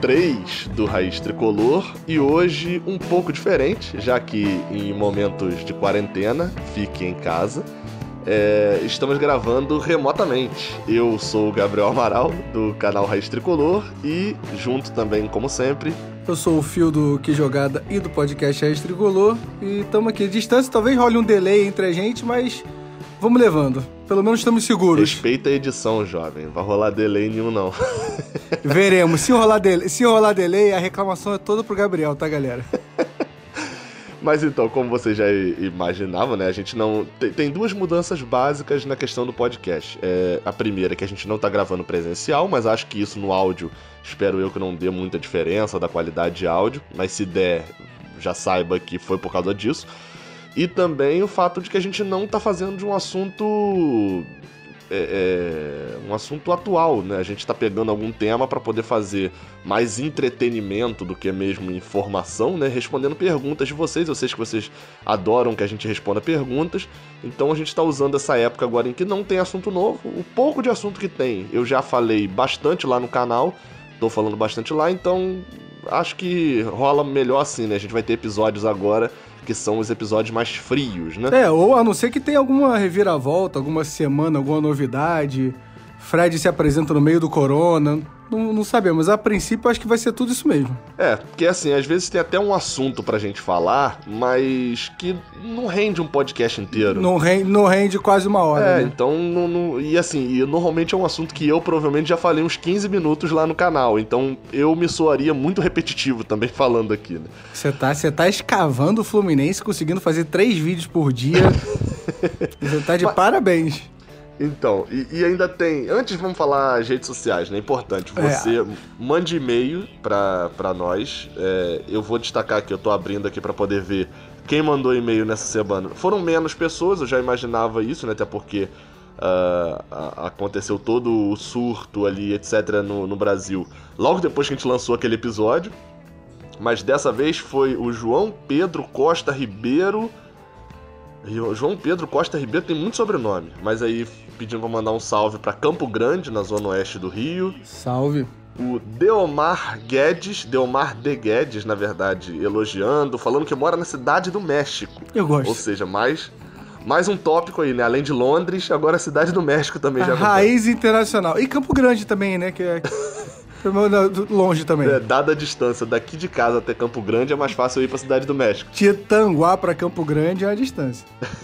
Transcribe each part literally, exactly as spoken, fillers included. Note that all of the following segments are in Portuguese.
três do Raiz Tricolor e hoje um pouco diferente, já que em momentos de quarentena, fique em casa, é, estamos gravando remotamente. Eu sou o Gabriel Amaral, do canal Raiz Tricolor, e junto também, como sempre... Eu sou o Fio do Que Jogada e do podcast Raiz Tricolor, e estamos aqui à distância, talvez role um delay entre a gente, mas vamos levando. Pelo menos estamos seguros. Respeita a edição, jovem. Vai rolar delay nenhum, não. Veremos. Se rolar, delay, se rolar delay, a reclamação é toda pro Gabriel, tá, galera? Mas então, como vocês já imaginavam, né? A gente não... Tem, tem duas mudanças básicas na questão do podcast. É, a primeira é que a gente não tá gravando presencial, mas acho que isso no áudio, espero eu que não dê muita diferença da qualidade de áudio. Mas se der, já saiba que foi por causa disso. E também o fato de que a gente não tá fazendo de um assunto... É, é, um assunto atual, né? A gente tá pegando algum tema para poder fazer mais entretenimento do que mesmo informação, né? Respondendo perguntas de vocês. Eu sei que vocês adoram que a gente responda perguntas, então a gente tá usando essa época agora em que não tem assunto novo. O pouco de assunto que tem, eu já falei bastante lá no canal, tô falando bastante lá, então acho que rola melhor assim, né? A gente vai ter episódios agora que são os episódios mais frios, né? É, ou a não ser que tenha alguma reviravolta, alguma semana, alguma novidade. Fred se apresenta no meio do corona. Não, não sabemos. A princípio, acho que vai ser tudo isso mesmo. É, porque assim, às vezes tem até um assunto pra gente falar, mas que não rende um podcast inteiro. Não rende, não rende quase uma hora, É, né? então, não, não, e assim, e normalmente é um assunto que eu provavelmente já falei uns quinze minutos lá no canal, então eu me soaria muito repetitivo também falando aqui, né? Você tá, você tá escavando o Fluminense, conseguindo fazer três vídeos por dia. Você tá de mas... parabéns. Então, e, e ainda tem... Antes vamos falar as redes sociais, né? Importante. Você é. mande e-mail pra, pra nós. É, eu vou destacar aqui, eu tô abrindo aqui pra poder ver quem mandou e-mail nessa semana. Foram menos pessoas, eu já imaginava isso, né? Até porque uh, a, aconteceu todo o surto ali, etcétera no, no Brasil. Logo depois que a gente lançou aquele episódio. Mas dessa vez foi o João Pedro Costa Ribeiro... João Pedro Costa Ribeiro tem muito sobrenome, mas aí pedindo pra mandar um salve pra Campo Grande, na zona oeste do Rio. Salve. O Deomar Guedes, Deomar de Guedes, na verdade, elogiando, falando que mora na cidade do México. Eu gosto. Ou seja, mais, mais um tópico aí, né? Além de Londres, agora a cidade do México também a já acompanha. Raiz internacional. E Campo Grande também, né? Que é... longe também. É, dada a distância daqui de casa até Campo Grande, é mais fácil eu ir pra Cidade do México. Tietanguá pra Campo Grande é a distância.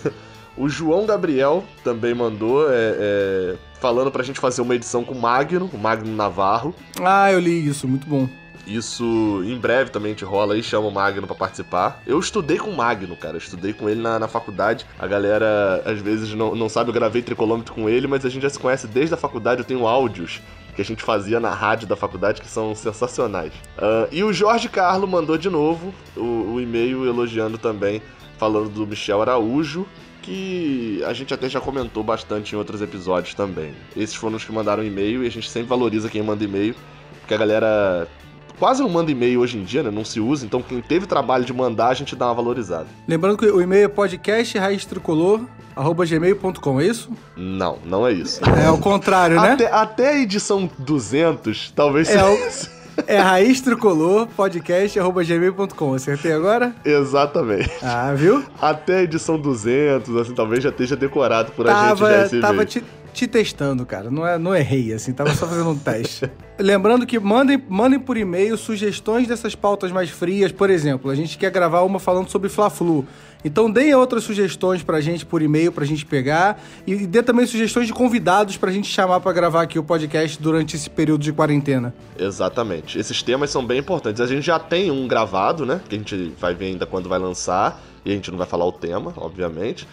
O João Gabriel também mandou, é, é, falando pra gente fazer uma edição com o Magno, o Magno Navarro. Ah, eu li isso, muito bom. Isso em breve também a gente rola aí, chama o Magno pra participar. Eu estudei com o Magno, cara, eu estudei com ele na, na faculdade. A galera às vezes não, não sabe, eu gravei tricolômetro com ele, mas a gente já se conhece desde a faculdade, eu tenho áudios que a gente fazia na rádio da faculdade, que são sensacionais. Uh, e o Jorge Carlo mandou de novo o, o e-mail elogiando também, falando do Michel Araújo, que a gente até já comentou bastante em outros episódios também. Esses foram os que mandaram e-mail, e a gente sempre valoriza quem manda e-mail, porque a galera quase não manda e-mail hoje em dia, né? Não se usa, então quem teve trabalho de mandar, a gente dá uma valorizada. Lembrando que o e-mail é podcast raiz tricolor arroba gmail ponto com, é isso? Não, não é isso. É o contrário, né? Até, até a edição duzentos, talvez é seja... O... É raiz tricolor podcast arroba gmail ponto com. Acertei agora? Exatamente. Ah, viu? Até a edição duzentos, assim, talvez já esteja decorado por tava, a gente já esse Tava te, te testando, cara. Não, é, não errei, assim. Tava só fazendo um teste. Lembrando que mandem, mandem por e-mail sugestões dessas pautas mais frias. Por exemplo, a gente quer gravar uma falando sobre Fla-Flu. Então deem outras sugestões pra gente por e-mail, pra gente pegar. E dê também sugestões de convidados pra gente chamar pra gravar aqui o podcast durante esse período de quarentena. Exatamente. Esses temas são bem importantes. A gente já tem um gravado, né? Que a gente vai ver ainda quando vai lançar. E a gente não vai falar o tema, obviamente.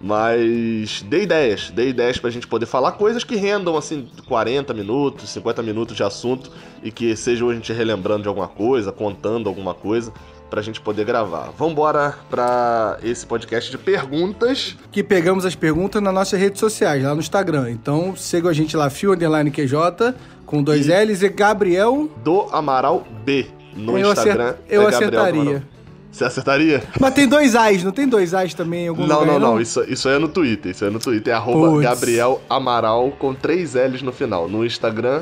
Mas dê ideias. Dê ideias pra gente poder falar coisas que rendam, assim, quarenta minutos, cinquenta minutos de assunto. E que seja a gente relembrando de alguma coisa, contando alguma coisa, pra gente poder gravar. Vambora pra esse podcast de perguntas. Que pegamos as perguntas nas nossas redes sociais, lá no Instagram. Então, sigam a gente lá, Fio Underline Q J, com dois e L's e Gabriel... Do Amaral B, no eu Instagram. Acert... Eu é acertaria. Você acertaria? Mas tem dois A's, não tem dois A's também em algum não, lugar? Não, não, não, não. Isso, isso aí é no Twitter. Isso aí é no Twitter. É arroba Gabriel Amaral com três L's no final. No Instagram...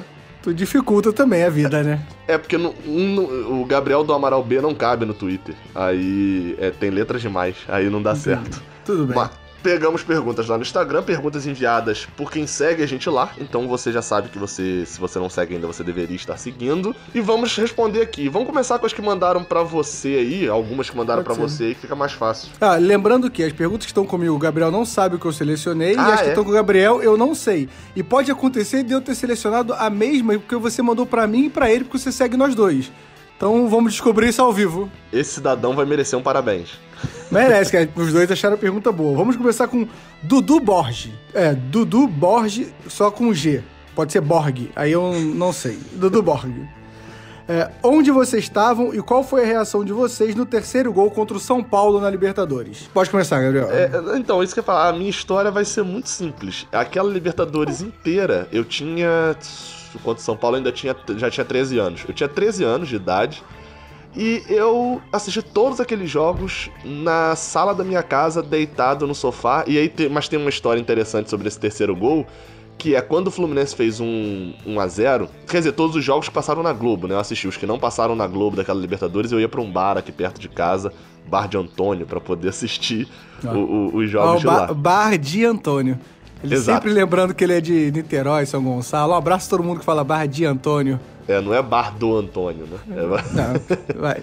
Tu dificulta também a vida, né? É porque no, no, o Gabriel do Amaral B não cabe no Twitter. Aí é, tem letras demais, aí não dá Entendi. certo. Tudo bem. Mas pegamos perguntas lá no Instagram, perguntas enviadas por quem segue a gente lá. Então você já sabe que você, se você não segue ainda, você deveria estar seguindo. E vamos responder aqui. Vamos começar com as que mandaram pra você aí, algumas que mandaram Pode pra ser. você aí, que fica mais fácil. Ah, lembrando que as perguntas que estão comigo, o Gabriel não sabe o que eu selecionei, ah, e as é? que estão com o Gabriel, eu não sei. E pode acontecer de eu ter selecionado a mesma, porque você mandou pra mim e pra ele, porque você segue nós dois. Então vamos descobrir isso ao vivo. Esse cidadão vai merecer um parabéns. Merece, cara. Os dois acharam a pergunta boa. Vamos começar com Dudu Borges. É, Dudu Borges, só com G. Pode ser Borg, aí eu não sei. Dudu Borges. É, onde vocês estavam e qual foi a reação de vocês no terceiro gol contra o São Paulo na Libertadores? Pode começar, Gabriel. É, então, isso que eu ia falar. A minha história vai ser muito simples. Aquela Libertadores inteira, eu tinha... Enquanto São Paulo ainda tinha, já tinha treze anos. Eu tinha treze anos de idade. E eu assisti todos aqueles jogos na sala da minha casa, deitado no sofá. E aí, te, mas tem uma história interessante sobre esse terceiro gol, que é quando o Fluminense fez um um a zero. Quer dizer, todos os jogos que passaram na Globo, né? Eu assisti os que não passaram na Globo daquela Libertadores. Eu ia pra um bar aqui perto de casa, Bar de Antônio, pra poder assistir ah. o, o, os jogos ah, o de bar, lá. Bar de Antônio. Ele Exato. sempre lembrando que ele é de Niterói, São Gonçalo. Um abraço a todo mundo que fala Bar de Antônio. É, não é Bar do Antônio, né? É... Não, vai.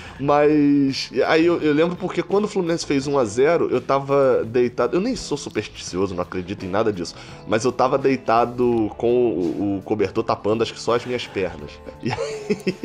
Mas aí eu, eu lembro porque quando o Fluminense fez um a zero, eu tava deitado... Eu nem sou supersticioso, não acredito em nada disso. Mas eu tava deitado com o, o cobertor tapando, acho que só as minhas pernas. E aí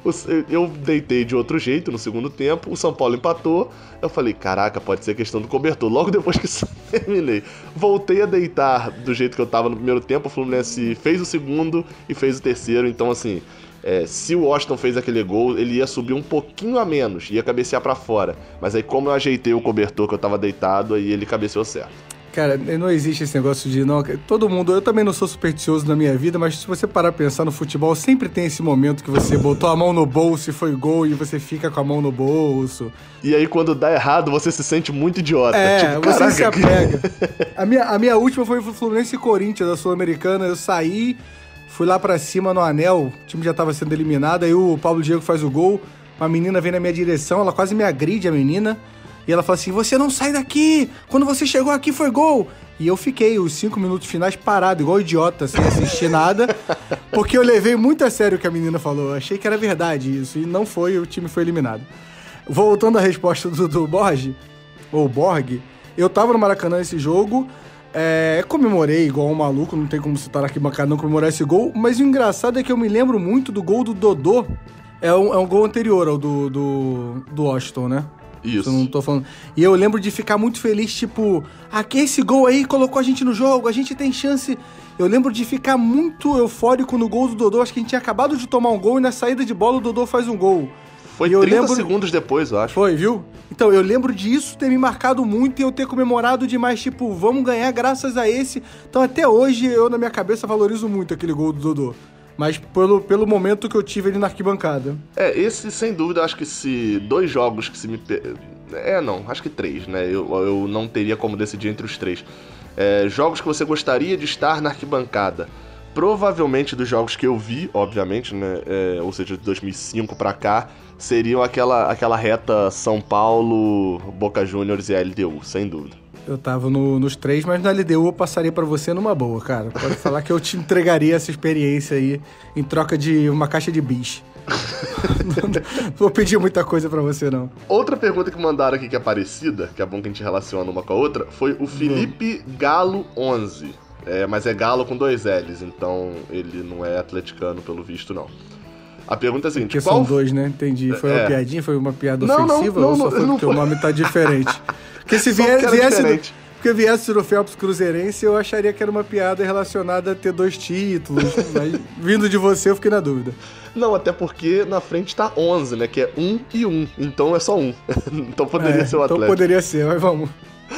eu deitei de outro jeito no segundo tempo, o São Paulo empatou. Eu falei, caraca, pode ser questão do cobertor. Logo depois que terminei, voltei a deitar do jeito que eu tava no primeiro tempo. O Fluminense fez o segundo e fez o terceiro. Então, assim... É, se o Washington fez aquele gol, ele ia subir um pouquinho a menos, ia cabecear pra fora. Mas aí, como eu ajeitei o cobertor que eu tava deitado, aí ele cabeceou certo. Cara, não existe esse negócio de... não. Todo mundo... Eu também não sou supersticioso na minha vida, mas se você parar pra pensar no futebol, sempre tem esse momento que você botou a mão no bolso e foi gol e você fica com a mão no bolso. E aí, quando dá errado, você se sente muito idiota. É, tipo, você caraca, se apega. a, minha, a minha última foi o Fluminense e Corinthians, da Sul-Americana. Eu saí... Fui lá pra cima no anel, o time já tava sendo eliminado, aí o Paulo Diego faz o gol, uma menina vem na minha direção, ela quase me agride, a menina, e ela fala assim, você não sai daqui, quando você chegou aqui foi gol. E eu fiquei os cinco minutos finais parado, igual idiota, sem assistir nada, porque eu levei muito a sério o que a menina falou, eu achei que era verdade isso, e não foi, o time foi eliminado. Voltando à resposta do, do Borges, ou Borg, eu tava no Maracanã nesse jogo... É, comemorei igual um maluco, não tem como citar aqui bancada não comemorar esse gol, mas o engraçado é que eu me lembro muito do gol do Dodô, é um, é um gol anterior ao do, do, do Washington, né? Isso. Eu não tô falando. E eu lembro de ficar muito feliz, tipo, aqui esse gol aí colocou a gente no jogo, a gente tem chance. Eu lembro de ficar muito eufórico no gol do Dodô, acho que a gente tinha acabado de tomar um gol e na saída de bola o Dodô faz um gol. Foi trinta lembro... segundos depois, eu acho. Foi, viu? Então, eu lembro disso ter me marcado muito e eu ter comemorado demais, tipo, vamos ganhar graças a esse. Então, até hoje, eu, na minha cabeça, valorizo muito aquele gol do Dodô. Mas pelo, pelo momento que eu tive ali na arquibancada. É, esse, sem dúvida, acho que se dois jogos que se me... É, não, acho que três, né? Eu, eu não teria como decidir entre os três. É, jogos que você gostaria de estar na arquibancada. Provavelmente dos jogos que eu vi, obviamente, né? É, ou seja, de dois mil e cinco pra cá, seriam aquela, aquela reta São Paulo, Boca Juniors e a L D U, sem dúvida. Eu tava no, nos três, mas na L D U eu passaria pra você numa boa, cara. Pode falar que eu te entregaria essa experiência aí em troca de uma caixa de bis. não, não vou pedir muita coisa pra você, não. Outra pergunta que mandaram aqui que é parecida, que é bom que a gente relaciona uma com a outra, foi o Felipe hum. Galo onze. É, mas é Galo com dois L's, então ele não é atleticano pelo visto, não. A pergunta é a seguinte... Porque qual... são dois, né? Entendi. Foi é. uma piadinha? Foi uma piada não, ofensiva? Não, não, ou só não, foi não porque foi. o nome tá diferente? Porque se vier, porque viesse... diferente. Do... Porque viesse do Felps Cruzeirense, eu acharia que era uma piada relacionada a ter dois títulos. Mas vindo de você, eu fiquei na dúvida. Não, até porque na frente tá onze, né? Que é um e um. Então é só um. Então poderia é, ser o Atlético. Então poderia ser, mas vamos...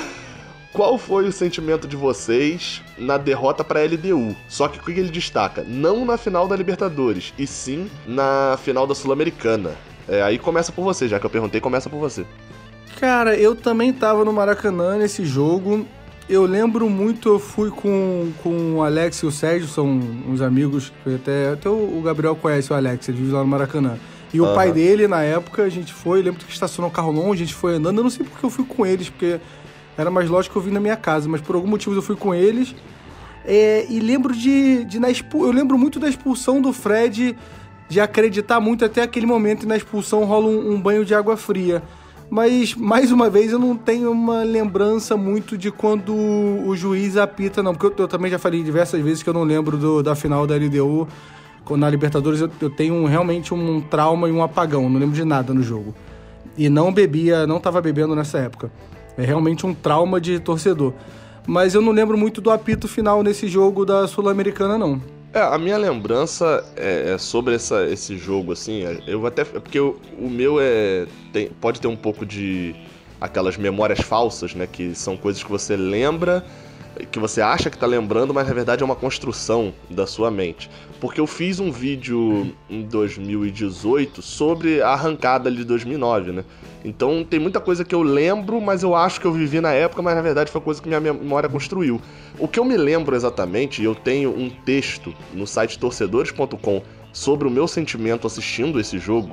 Qual foi o sentimento de vocês na derrota para a L D U? Só que o que ele destaca? Não na final da Libertadores, e sim na final da Sul-Americana. É, aí começa por você, já que eu perguntei, começa por você. Cara, eu também tava no Maracanã nesse jogo, eu lembro muito, eu fui com, com o Alex e o Sérgio, são uns amigos, até, até o Gabriel conhece o Alex, ele vive lá no Maracanã. E uhum. o pai dele, na época, a gente foi, eu lembro que estacionou o carro longe, a gente foi andando, eu não sei porque eu fui com eles, porque era mais lógico que eu vim na minha casa, mas por algum motivo eu fui com eles. É, e lembro de, de na expu... eu lembro muito da expulsão do Fred, de acreditar muito até aquele momento, e na expulsão rola um, um banho de água fria. Mas, mais uma vez, eu não tenho uma lembrança muito de quando o juiz apita, não. Porque eu, eu também já falei diversas vezes que eu não lembro do, da final da L D U. Na Libertadores eu, eu tenho realmente um trauma e um apagão. Não lembro de nada no jogo. E não bebia, não estava bebendo nessa época. É realmente um trauma de torcedor. Mas eu não lembro muito do apito final nesse jogo da Sul-Americana, não. É, a minha lembrança é, é sobre essa, esse jogo, assim, eu até... Porque eu, o meu é... Tem, pode ter um pouco de... Aquelas memórias falsas, né? Que são coisas que você lembra, que você acha que tá lembrando, mas na verdade é uma construção da sua mente. Porque eu fiz um vídeo em dois mil e dezoito sobre a arrancada ali de dois mil e nove, né? Então tem muita coisa que eu lembro, mas eu acho que eu vivi na época, mas na verdade foi coisa que minha memória construiu. O que eu me lembro exatamente, eu tenho um texto no site torcedores ponto com sobre o meu sentimento assistindo esse jogo,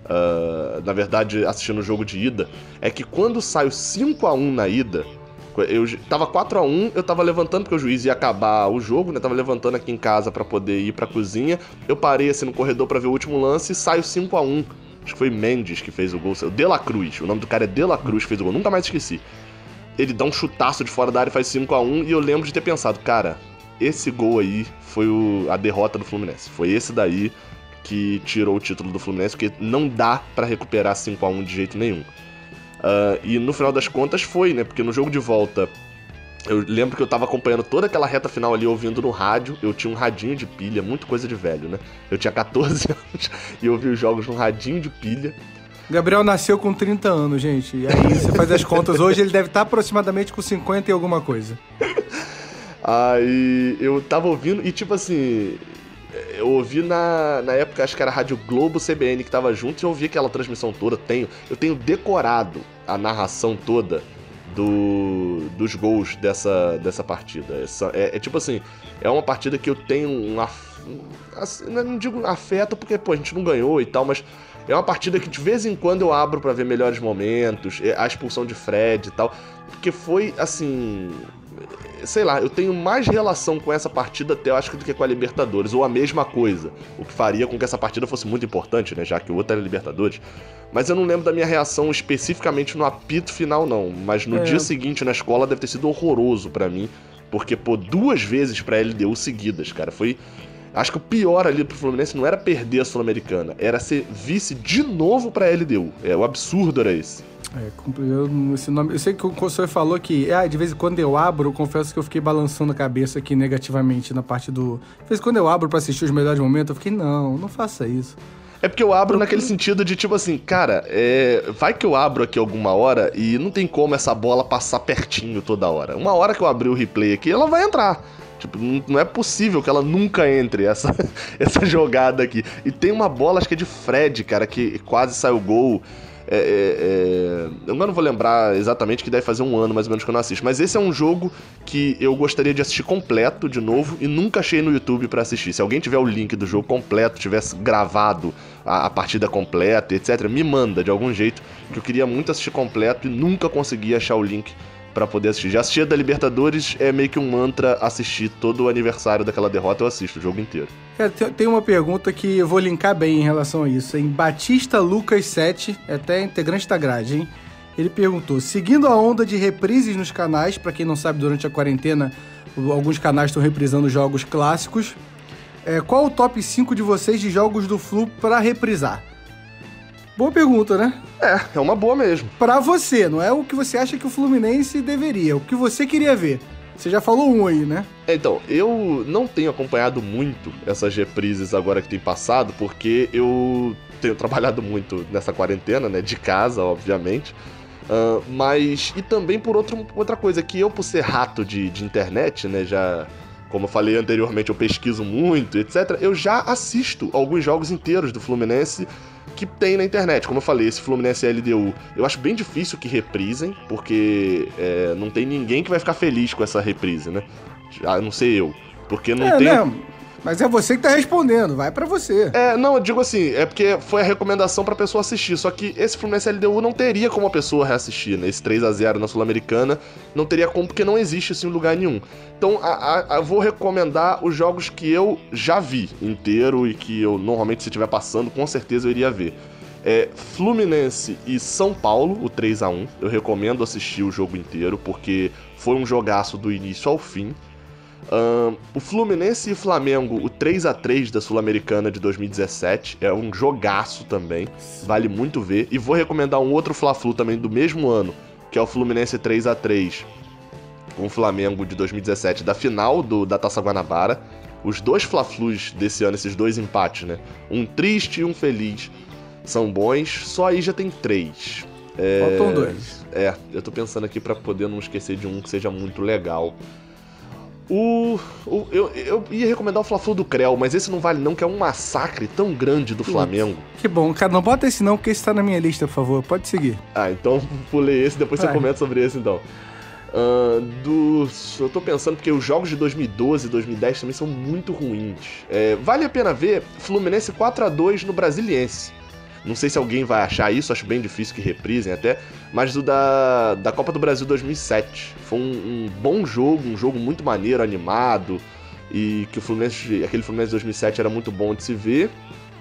uh, na verdade assistindo o jogo de ida, é que quando saiu cinco a um na ida, eu tava quatro a um, eu tava levantando porque o juiz ia acabar o jogo, né? Tava levantando aqui em casa pra poder ir pra cozinha, eu parei assim no corredor pra ver o último lance e saiu cinco a um. Acho que foi Mendes que fez o gol, o De La Cruz, o nome do cara é De La Cruz, que fez o gol, nunca mais esqueci. Ele dá um chutaço de fora da área e faz cinco a um, e eu lembro de ter pensado, cara, esse gol aí foi o, a derrota do Fluminense. Foi esse daí que tirou o título do Fluminense, porque não dá pra recuperar cinco a um de jeito nenhum. Uh, e no final das contas foi, né, porque no jogo de volta, eu lembro que eu tava acompanhando toda aquela reta final ali, ouvindo no rádio. Eu tinha um radinho de pilha, muito coisa de velho, né? Eu tinha catorze anos e eu ouvi os jogos num radinho de pilha. Gabriel nasceu com trinta anos, gente. E aí você faz as contas. Hoje ele deve estar aproximadamente com cinquenta e alguma coisa. Aí eu tava ouvindo e tipo assim... Eu ouvi na, na época, acho que era a Rádio Globo C B N que tava junto, e eu ouvi aquela transmissão toda. Tenho, eu tenho decorado a narração toda do, dos gols dessa, dessa partida. Essa, é, é tipo assim, é uma partida que eu tenho um af, não digo afeto porque pô, a gente não ganhou e tal, mas é uma partida que de vez em quando eu abro pra ver melhores momentos, a expulsão de Fred e tal, porque foi assim... Sei lá, eu tenho mais relação com essa partida até, eu acho, do que com a Libertadores, ou a mesma coisa, o que faria com que essa partida fosse muito importante, né, já que o outro era Libertadores. Mas eu não lembro da minha reação especificamente no apito final, não, mas no é. dia seguinte na escola deve ter sido horroroso pra mim, porque, pô, duas vezes pra L D U seguidas, cara, foi... Acho que o pior ali pro Fluminense não era perder a Sul-Americana, era ser vice de novo pra L D U, é, o absurdo era esse. É, eu, esse nome, eu sei que o senhor falou que ah, de vez em quando eu abro, eu confesso que eu fiquei balançando a cabeça aqui negativamente na parte do... De vez em quando eu abro pra assistir os melhores momentos, eu fiquei, não, não faça isso. É porque eu abro porque... naquele sentido de tipo assim, cara, é... vai que eu abro aqui alguma hora e não tem como essa bola passar pertinho toda hora. Uma hora que eu abrir o replay aqui, ela vai entrar. Tipo, não é possível que ela nunca entre, essa, essa jogada aqui. E tem uma bola, acho que é de Fred, cara, que quase saiu gol. É, é, é... Eu não vou lembrar exatamente, que deve fazer um ano mais ou menos que eu não assisto. Mas esse é um jogo que eu gostaria de assistir completo de novo e nunca achei no YouTube pra assistir. Se alguém tiver o link do jogo completo, tivesse gravado a, a partida completa, etcétera, me manda de algum jeito, que eu queria muito assistir completo e nunca consegui achar o link pra poder assistir. Já assisti a da Libertadores, é meio que um mantra assistir todo o aniversário daquela derrota, eu assisto o jogo inteiro. Cara, tem uma pergunta que eu vou linkar bem em relação a isso, hein? Batista Lucas sete, até integrante da grade, hein? Ele perguntou, seguindo a onda de reprises nos canais, pra quem não sabe, durante a quarentena, alguns canais estão reprisando jogos clássicos, é, qual o top cinco de vocês de jogos do Flu pra reprisar? Boa pergunta, né? É, é uma boa mesmo. Pra você, não é o que você acha que o Fluminense deveria, o que você queria ver. Você já falou um aí, né? Então, eu não tenho acompanhado muito essas reprises agora que tem passado, porque eu tenho trabalhado muito nessa quarentena, né? De casa, obviamente. Uh, mas... E também por outro, outra coisa, que eu, por ser rato de, de internet, né? Já... como eu falei anteriormente, eu pesquiso muito, etcétera, eu já assisto alguns jogos inteiros do Fluminense que tem na internet. Como eu falei, esse Fluminense L D U, eu acho bem difícil que reprisem, porque é, não tem ninguém que vai ficar feliz com essa reprise, né? A não ser eu. Porque não é, tem... Né? Mas é você que tá respondendo, vai pra você. É, não, eu digo assim, é porque foi a recomendação pra pessoa assistir, só que esse Fluminense L D U não teria como a pessoa reassistir, né? Esse três a zero na Sul-Americana não teria como, porque não existe assim em lugar nenhum. Então, a, a, eu vou recomendar os jogos que eu já vi inteiro e que eu, normalmente, se estiver passando, com certeza eu iria ver. É Fluminense e São Paulo, o três a um. Eu recomendo assistir o jogo inteiro, porque foi um jogaço do início ao fim. Um, o Fluminense e Flamengo, o três a três da Sul-Americana de dois mil e dezessete, é um jogaço também, vale muito ver. E vou recomendar um outro Fla-Flu também do mesmo ano, que é o Fluminense três a três com o Flamengo de dois mil e dezessete, da final do, da Taça Guanabara. Os dois Fla-Flus desse ano, esses dois empates, né? Um triste e um feliz, são bons, só aí já tem três. É, Faltam dois. É, eu tô pensando aqui pra poder não esquecer de um que seja muito legal. O, o, eu, eu ia recomendar o Fla-Flu do Creu, mas esse não vale não, que é um massacre tão grande do Flamengo. Que bom, cara, não bota esse não, porque esse tá na minha lista, por favor, pode seguir. Ah, então pulei esse, depois Vai. Você comenta sobre esse então. Uh, do, eu tô pensando porque os jogos de dois mil e doze e dois mil e dez também são muito ruins. É, vale a pena ver Fluminense quatro a dois no Brasiliense. Não sei se alguém vai achar isso, acho bem difícil que reprisem até, mas o da, da Copa do Brasil dois mil e sete. Foi um, um bom jogo, um jogo muito maneiro, animado, e que o Fluminense, aquele Fluminense dois mil e sete era muito bom de se ver.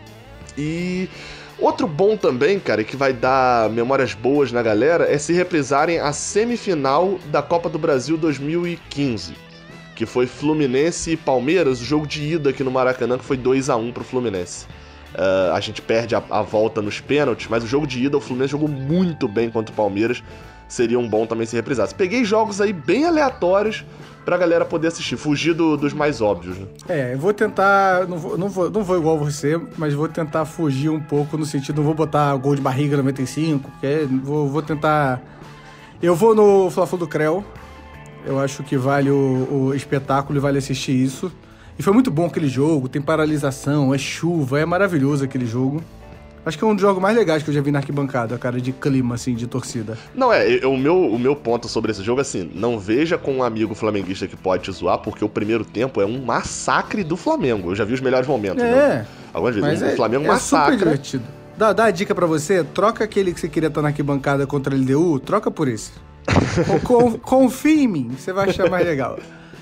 E outro bom também, cara, que vai dar memórias boas na galera, é se reprisarem a semifinal da Copa do Brasil dois mil e quinze, que foi Fluminense e Palmeiras, o jogo de ida aqui no Maracanã, que foi dois a um pro Fluminense. Uh, a gente perde a, a volta nos pênaltis, mas o jogo de ida o Fluminense jogou muito bem contra o Palmeiras. Seria um bom também se reprisasse. Peguei jogos aí bem aleatórios pra galera poder assistir, fugir do, dos mais óbvios, né? É, eu vou tentar, não vou, não, vou, não vou igual você, mas vou tentar fugir um pouco no sentido, não vou botar gol de barriga noventa e cinco, porque vou, vou tentar... Eu vou no Fla-Flu do Creu, eu acho que vale o, o espetáculo e vale assistir isso. E foi muito bom aquele jogo, tem paralisação, é chuva, é maravilhoso aquele jogo. Acho que é um dos jogos mais legais que eu já vi na arquibancada, cara, de clima, assim, de torcida. Não, é, eu, o, meu, o meu ponto sobre esse jogo, assim, não veja com um amigo flamenguista que pode te zoar, porque o primeiro tempo é um massacre do Flamengo. Eu já vi os melhores momentos, é, né? Algumas vezes, mas o é, Flamengo é massacra. super divertido. Dá, dá a dica pra você, troca aquele que você queria estar na arquibancada contra a L D U, troca por esse. com, confia em mim, você vai achar mais legal.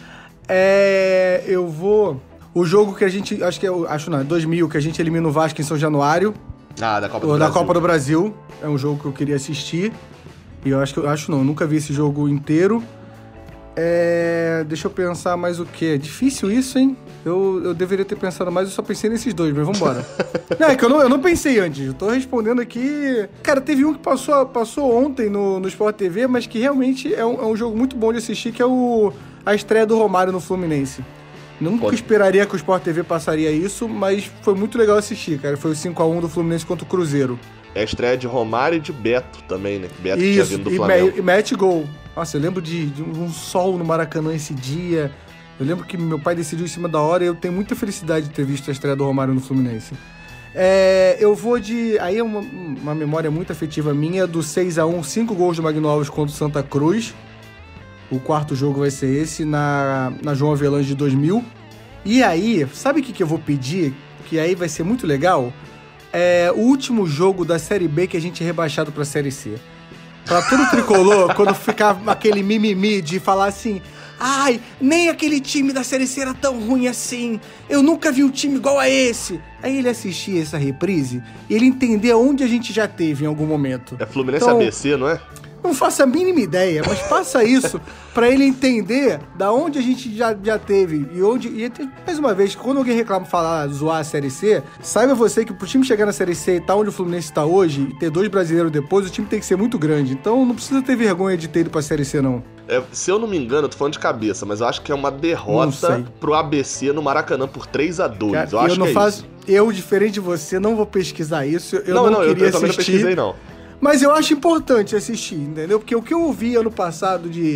É, eu vou... O jogo que a gente, acho que é, acho não, é dois mil, que a gente elimina o Vasco em São Januário. Ah, da Copa do da Brasil. Copa do Brasil. É um jogo que eu queria assistir. E eu acho que eu acho não, eu nunca vi esse jogo inteiro. É, deixa eu pensar mais o quê? Difícil isso, hein? Eu, eu deveria ter pensado mais, eu só pensei nesses dois, mas vambora. Não, é que eu não, eu não pensei antes, eu tô respondendo aqui... Cara, teve um que passou, passou ontem no, no Sport T V, mas que realmente é um, é um jogo muito bom de assistir, que é o, a estreia do Romário no Fluminense. Nunca Pode. esperaria que o Sport T V passaria isso, mas foi muito legal assistir, cara. Foi o cinco a um do Fluminense contra o Cruzeiro. É a estreia de Romário e de Beto também, né? Beto isso, que tinha vindo do e Flamengo. E mete gol. Nossa, eu lembro de, de um sol no Maracanã esse dia. Eu lembro que meu pai decidiu em cima da hora e eu tenho muita felicidade de ter visto a estreia do Romário no Fluminense. É, eu vou de... Aí é uma, uma memória muito afetiva minha do seis a um, cinco gols do Magno Alves contra o Santa Cruz. O quarto jogo vai ser esse, na, na João Avelange de dois mil. E aí, sabe o que, que eu vou pedir? Que aí vai ser muito legal? É o último jogo da Série B que a gente é rebaixado pra Série C. Pra todo tricolor, quando ficar aquele mimimi de falar assim... Ai, nem aquele time da Série C era tão ruim assim. Eu nunca vi um time igual a esse. Aí ele assistir essa reprise e ele entender onde a gente já teve em algum momento. É Fluminense então, A B C, não é? Não faço a mínima ideia, mas faça isso pra ele entender da onde a gente já, já teve. E onde. E mais uma vez, quando alguém reclama falar, zoar a Série C, saiba você que pro time chegar na Série C e tá onde o Fluminense tá hoje, e ter dois brasileiros depois, o time tem que ser muito grande. Então não precisa ter vergonha de ter ido pra Série C, não. É, se eu não me engano, eu tô falando de cabeça, mas eu acho que é uma derrota pro A B C no Maracanã por três a dois. Cara, eu acho eu não que é faço, isso. Eu, diferente de você, não vou pesquisar isso. Eu não, não, não queria eu, eu assistir. também não pesquisei, não. Mas eu acho importante assistir, entendeu? Porque o que eu ouvi ano passado de,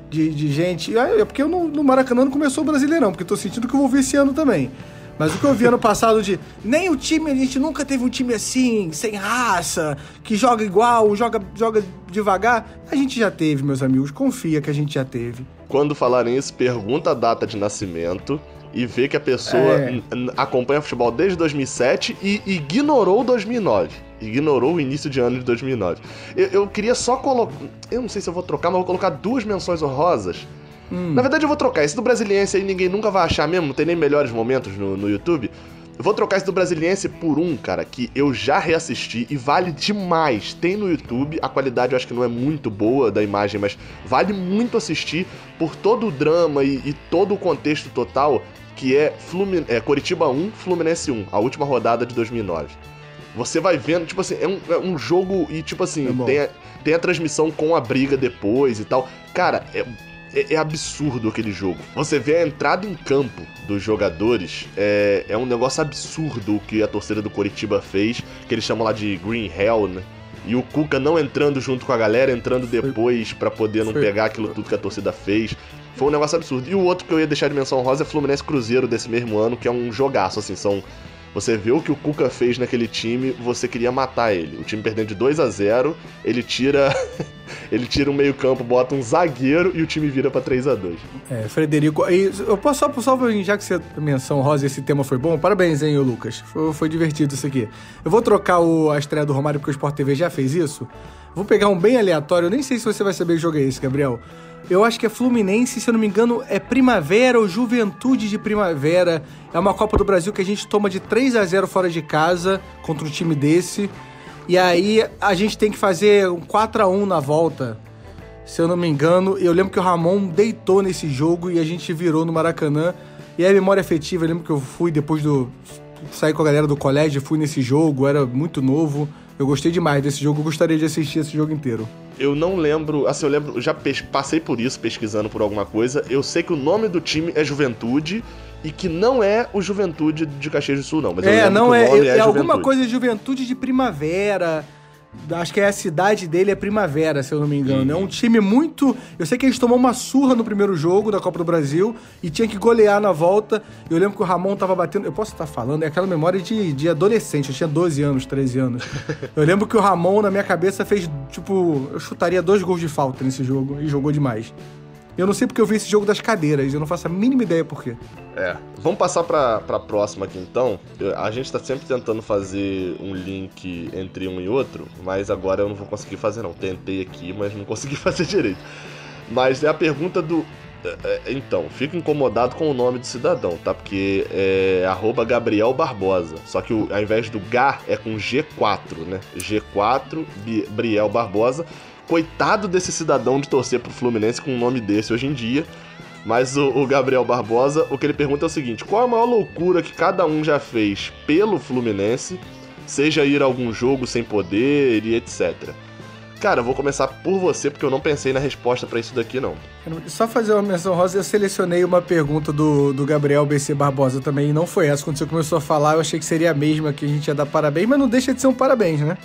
de, de gente... É porque eu no, no Maracanã não começou o Brasileirão, porque eu tô sentindo que eu vou ver esse ano também. Mas o que eu vi ano passado de... Nem o time, a gente nunca teve um time assim, sem raça, que joga igual, joga, joga devagar. A gente já teve, meus amigos. Confia que a gente já teve. Quando falarem isso, pergunta a data de nascimento e vê que a pessoa É. n- n- acompanha futebol desde dois mil e sete e ignorou dois mil e nove. Ignorou o início de ano de dois mil e nove. Eu, eu queria só colocar... Eu não sei se eu vou trocar, mas eu vou colocar duas menções honrosas. Hum. Na verdade, eu vou trocar. Esse do Brasiliense aí ninguém nunca vai achar mesmo, não tem nem melhores momentos no, no YouTube. Eu vou trocar esse do Brasiliense por um, cara, que eu já reassisti e vale demais. Tem no YouTube, a qualidade eu acho que não é muito boa da imagem, mas vale muito assistir por todo o drama e, e todo o contexto total, que é, Flumin- é Coritiba um, Fluminense um, a última rodada de dois mil e nove. Você vai vendo, tipo assim, é um, é um jogo e, tipo assim, É bom. tem, a, tem a transmissão com a briga depois e tal. Cara, é... É, é absurdo aquele jogo. Você vê a entrada em campo dos jogadores, é, é um negócio absurdo o que a torcida do Coritiba fez, que eles chamam lá de Green Hell, né? E o Cuca não entrando junto com a galera, entrando depois pra poder não Foi. pegar aquilo tudo que a torcida fez. Foi um negócio absurdo. E o outro que eu ia deixar de menção rosa é Fluminense Cruzeiro desse mesmo ano, que é um jogaço, assim, são... Você vê o que o Cuca fez naquele time, você queria matar ele. O time perdendo de dois a zero, ele tira ele tira o meio campo, bota um zagueiro e o time vira pra três a dois. É, Frederico... E eu posso só, só, já que você menção rosa, esse tema foi bom, parabéns, hein, Lucas. Foi, foi divertido isso aqui. Eu vou trocar o, a estreia do Romário, porque o Sport T V já fez isso. Vou pegar um bem aleatório, eu nem sei se você vai saber que jogo é esse, Gabriel. Eu acho que é Fluminense, se eu não me engano, é Primavera ou Juventude de Primavera. É uma Copa do Brasil que a gente toma de três a zero fora de casa contra um time desse. E aí a gente tem que fazer um quatro a um na volta, se eu não me engano. Eu lembro que o Ramon deitou nesse jogo e a gente virou no Maracanã. E aí a memória afetiva, eu lembro que eu fui depois do... Saí com a galera do colégio, fui nesse jogo, era muito novo. Eu gostei demais desse jogo, eu gostaria de assistir esse jogo inteiro. Eu não lembro, assim, eu lembro, já pes- passei por isso, pesquisando por alguma coisa. Eu sei que o nome do time é Juventude e que não é o Juventude de Caxias do Sul, não. Mas eu É, lembro não que o é, nome é, é, é alguma Juventude. coisa de Juventude de Primavera. Acho que é a cidade dele é Primavera, se eu não me engano. Uhum. É um time muito... Eu sei que eles tomou uma surra no primeiro jogo da Copa do Brasil e tinha que golear na volta. Eu lembro que o Ramon tava batendo... Eu posso estar falando, é aquela memória de, de adolescente. Eu tinha doze anos, treze anos. Eu lembro que o Ramon, na minha cabeça, fez, tipo... Eu chutaria dois gols de falta nesse jogo e jogou demais. Eu não sei porque eu vi esse jogo das cadeiras. Eu não faço a mínima ideia por quê. É. Vamos passar pra, pra próxima aqui, então. Eu- a gente tá sempre tentando fazer um link entre um e outro, mas agora eu não vou conseguir fazer, não. Tentei aqui, mas não consegui fazer direito. Mas é a pergunta do... é, é, Então, fica incomodado com o nome do cidadão, tá? Porque é arroba Gabriel Barbosa. Só que o, ao invés do G é com G quatro, né? G quatro, Bi- Briel Barbosa. Coitado desse cidadão de torcer pro Fluminense com um nome desse hoje em dia. Mas o, o Gabriel Barbosa, o que ele pergunta é o seguinte: qual a maior loucura que cada um já fez pelo Fluminense, seja ir a algum jogo sem poder e etcétera. Cara, eu vou começar por você, porque eu não pensei na resposta pra isso daqui, não. Só fazer uma menção rosa, eu selecionei uma pergunta do, do Gabriel B C Barbosa também, e não foi essa. Quando você começou a falar, eu achei que seria a mesma, que a gente ia dar parabéns, mas não deixa de ser um parabéns, né?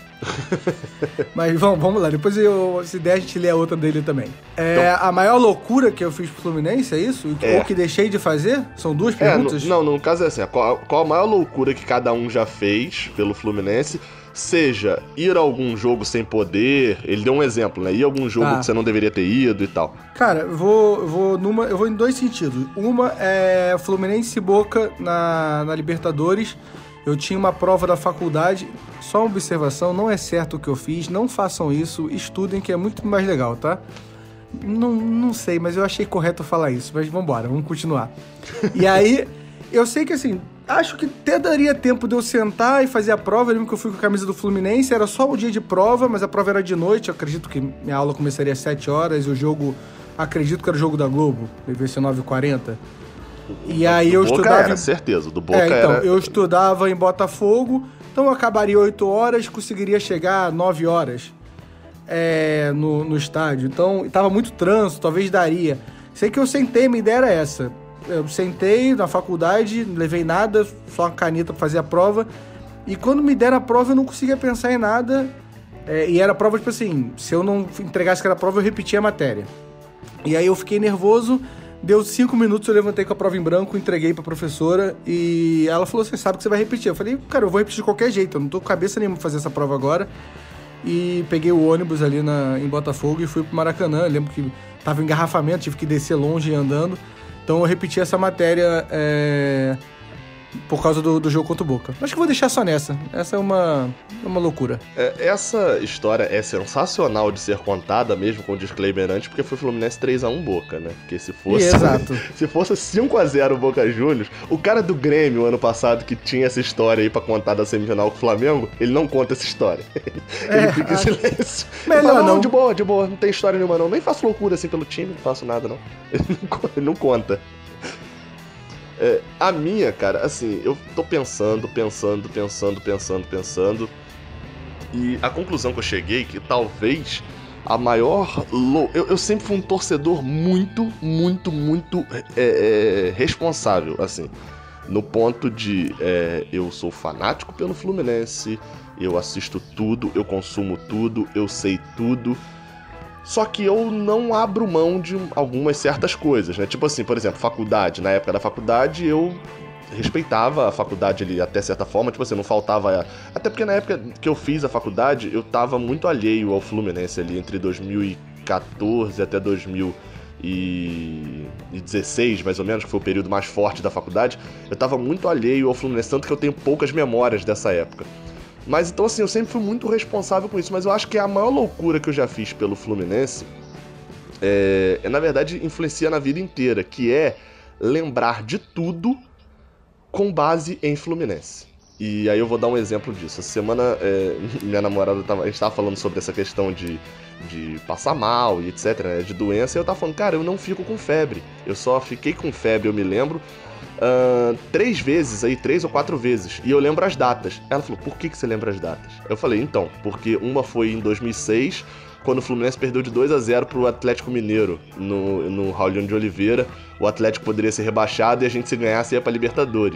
Mas vamos, vamos lá, depois eu, se der a gente lê a outra dele também. É, a maior loucura que eu fiz pro Fluminense, é isso? É. Ou que deixei de fazer? São duas É, perguntas? no, não, no caso é assim, qual, qual a maior loucura que cada um já fez pelo Fluminense, seja ir a algum jogo sem poder, ele deu um exemplo, né? Ir a algum jogo Tá. que você não deveria ter ido e tal. Cara, eu vou, eu vou numa, eu vou em dois sentidos. Uma é Fluminense e Boca na, na Libertadores. Eu tinha uma prova da faculdade. Só uma observação, não é certo o que eu fiz. Não façam isso, estudem que é muito mais legal, tá? Não, não sei, mas eu achei correto falar isso. Mas vambora, vamos continuar. E aí, eu sei que assim, acho que até daria tempo de eu sentar e fazer a prova. Eu lembro que eu fui com a camisa do Fluminense, era só o dia de prova, mas a prova era de noite. Eu acredito que minha aula começaria às sete horas e o jogo, acredito que era o jogo da Globo, deve ser nove e quarenta. E aí do eu Boca estudava... era, em- certeza, do Boca É, então, era... eu estudava em Botafogo, então eu acabaria oito horas, conseguiria chegar nove horas é, no, no estádio. Então, tava muito trânsito, talvez daria. Sei que eu sentei, minha ideia era essa. Eu sentei na faculdade, não levei nada, só uma caneta pra fazer a prova. E quando me deram a prova, eu não conseguia pensar em nada. É, e era prova, tipo assim, se eu não entregasse aquela prova, eu repetia a matéria. E aí eu fiquei nervoso, deu cinco minutos, eu levantei com a prova em branco, entreguei pra professora e ela falou, você sabe que você vai repetir. Eu falei, cara, eu vou repetir de qualquer jeito, eu não tô com cabeça nenhuma pra fazer essa prova agora. E peguei o ônibus ali na, em Botafogo e fui pro Maracanã. Eu lembro que tava em engarrafamento, tive que descer longe andando. Então eu repeti essa matéria é, por causa do, do jogo contra o Boca. Acho que vou deixar só nessa. Essa é uma, uma loucura. É, essa história é sensacional de ser contada, mesmo com o disclaimer antes, porque foi Fluminense três a um Boca, né? Porque se fosse, Exato. se fosse cinco a zero Boca Juniors, o cara do Grêmio ano passado que tinha essa história aí pra contar da semifinal com o Flamengo, ele não conta essa história. É, ele fica em silêncio. Melhor fala, não, não. de boa, de boa, não tem história nenhuma não. Nem faço loucura assim pelo time, não faço nada não. Ele não, ele não conta. É, a minha, cara, assim, eu tô pensando, pensando, pensando, pensando, pensando. E a conclusão que eu cheguei, que talvez a maior... Lo... Eu, eu sempre fui um torcedor muito, muito, muito é, é, responsável, assim. No ponto de, é, eu sou fanático pelo Fluminense, eu assisto tudo, eu consumo tudo, eu sei tudo. Só que eu não abro mão de algumas certas coisas, né? Tipo assim, por exemplo, faculdade. Na época da faculdade, eu respeitava a faculdade ali até certa forma. Tipo assim, não faltava... Até porque na época que eu fiz a faculdade, eu tava muito alheio ao Fluminense ali, entre dois mil e quatorze até dois mil e dezesseis, mais ou menos, que foi o período mais forte da faculdade. Eu tava muito alheio ao Fluminense, tanto que eu tenho poucas memórias dessa época. Mas então assim, eu sempre fui muito responsável com isso, mas eu acho que a maior loucura que eu já fiz pelo Fluminense é, é na verdade, influencia na vida inteira, que é lembrar de tudo com base em Fluminense. E aí eu vou dar um exemplo disso. Essa semana, é, minha namorada, tava, a gente tava falando sobre essa questão de, de passar mal e etc, né, de doença, e eu tava falando, cara, eu não fico com febre. Eu só fiquei com febre, eu me lembro, Uh, três vezes aí, três ou quatro vezes. E eu lembro as datas. Ela falou, por que, que você lembra as datas? Eu falei, então, porque uma foi em dois mil e seis, quando o Fluminense perdeu de dois a zero pro Atlético Mineiro, no, no Rauliano de Oliveira. O Atlético poderia ser rebaixado e a gente, se ganhasse, ia pra Libertadores.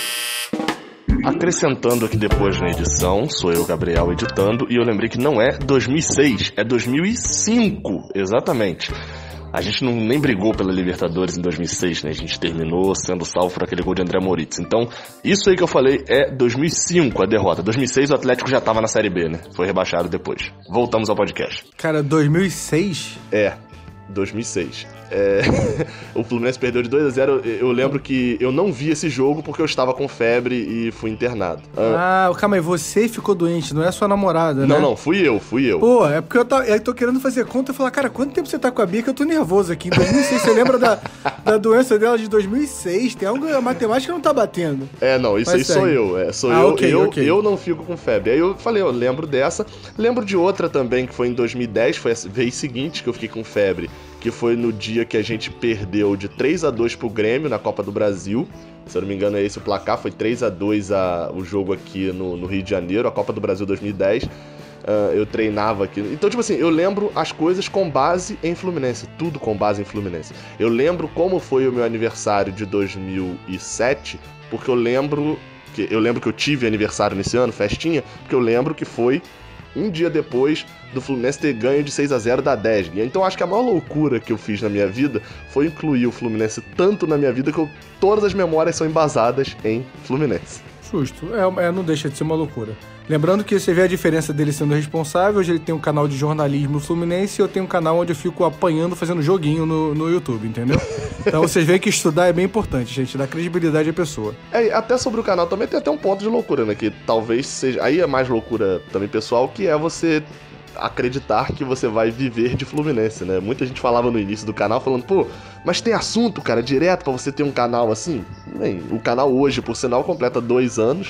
Acrescentando aqui depois na edição, sou eu, Gabriel, editando, e eu lembrei que não é dois mil e seis, é dois mil e cinco, exatamente. A gente não, nem brigou pela Libertadores em dois mil e seis, né? A gente terminou sendo salvo por aquele gol de André Moritz. Então, isso aí que eu falei é dois mil e cinco a derrota. dois mil e seis o Atlético já tava na Série B, né? Foi rebaixado depois. Voltamos ao podcast. Cara, dois mil e seis? É, dois mil e seis. É... o Fluminense perdeu de dois a zero. Eu lembro que eu não vi esse jogo porque eu estava com febre e fui internado. Ah, ah calma aí, você ficou doente, não é sua namorada, né? Não, não, fui eu, fui eu. Pô, é porque eu, tá, eu tô querendo fazer conta e falar, cara, quanto tempo você tá com a Bia que eu tô nervoso aqui? Em dois mil e seis, você lembra da, da doença dela de dois mil e seis? Tem algo, a matemática não tá batendo. É, não, isso Mas aí segue. sou eu. É, sou ah, eu, okay, eu, okay. eu não fico com febre. Aí eu falei, eu lembro dessa. Lembro de outra também, que foi em dois mil e dez, foi a vez seguinte que eu fiquei com febre, que foi no dia que a gente perdeu de três a dois pro Grêmio na Copa do Brasil. Se eu não me engano é esse o placar, foi três a dois a, o jogo aqui no, no Rio de Janeiro, a Copa do Brasil dois mil e dez. Uh, eu treinava aqui. Então, tipo assim, eu lembro as coisas com base em Fluminense, tudo com base em Fluminense. Eu lembro como foi o meu aniversário de dois mil e sete, porque eu lembro que eu lembro que eu tive aniversário nesse ano, festinha, porque eu lembro que foi um dia depois do Fluminense ter ganho de seis a zero da D E S G. Então acho que a maior loucura que eu fiz na minha vida foi incluir o Fluminense tanto na minha vida que eu, todas as memórias são embasadas em Fluminense. Justo, é, é, não deixa de ser uma loucura. Lembrando que você vê a diferença dele sendo responsável. Hoje ele tem um canal de jornalismo Fluminense e eu tenho um canal onde eu fico apanhando, fazendo joguinho no, no YouTube, entendeu? Então vocês veem que estudar é bem importante, gente, dá credibilidade à pessoa. É, até sobre o canal também tem até um ponto de loucura, né? Que talvez seja... Aí é mais loucura também pessoal, que é você acreditar que você vai viver de Fluminense, né? Muita gente falava no início do canal, falando, pô, mas tem assunto, cara, direto pra você ter um canal assim? Bem, o canal hoje, por sinal, completa dois anos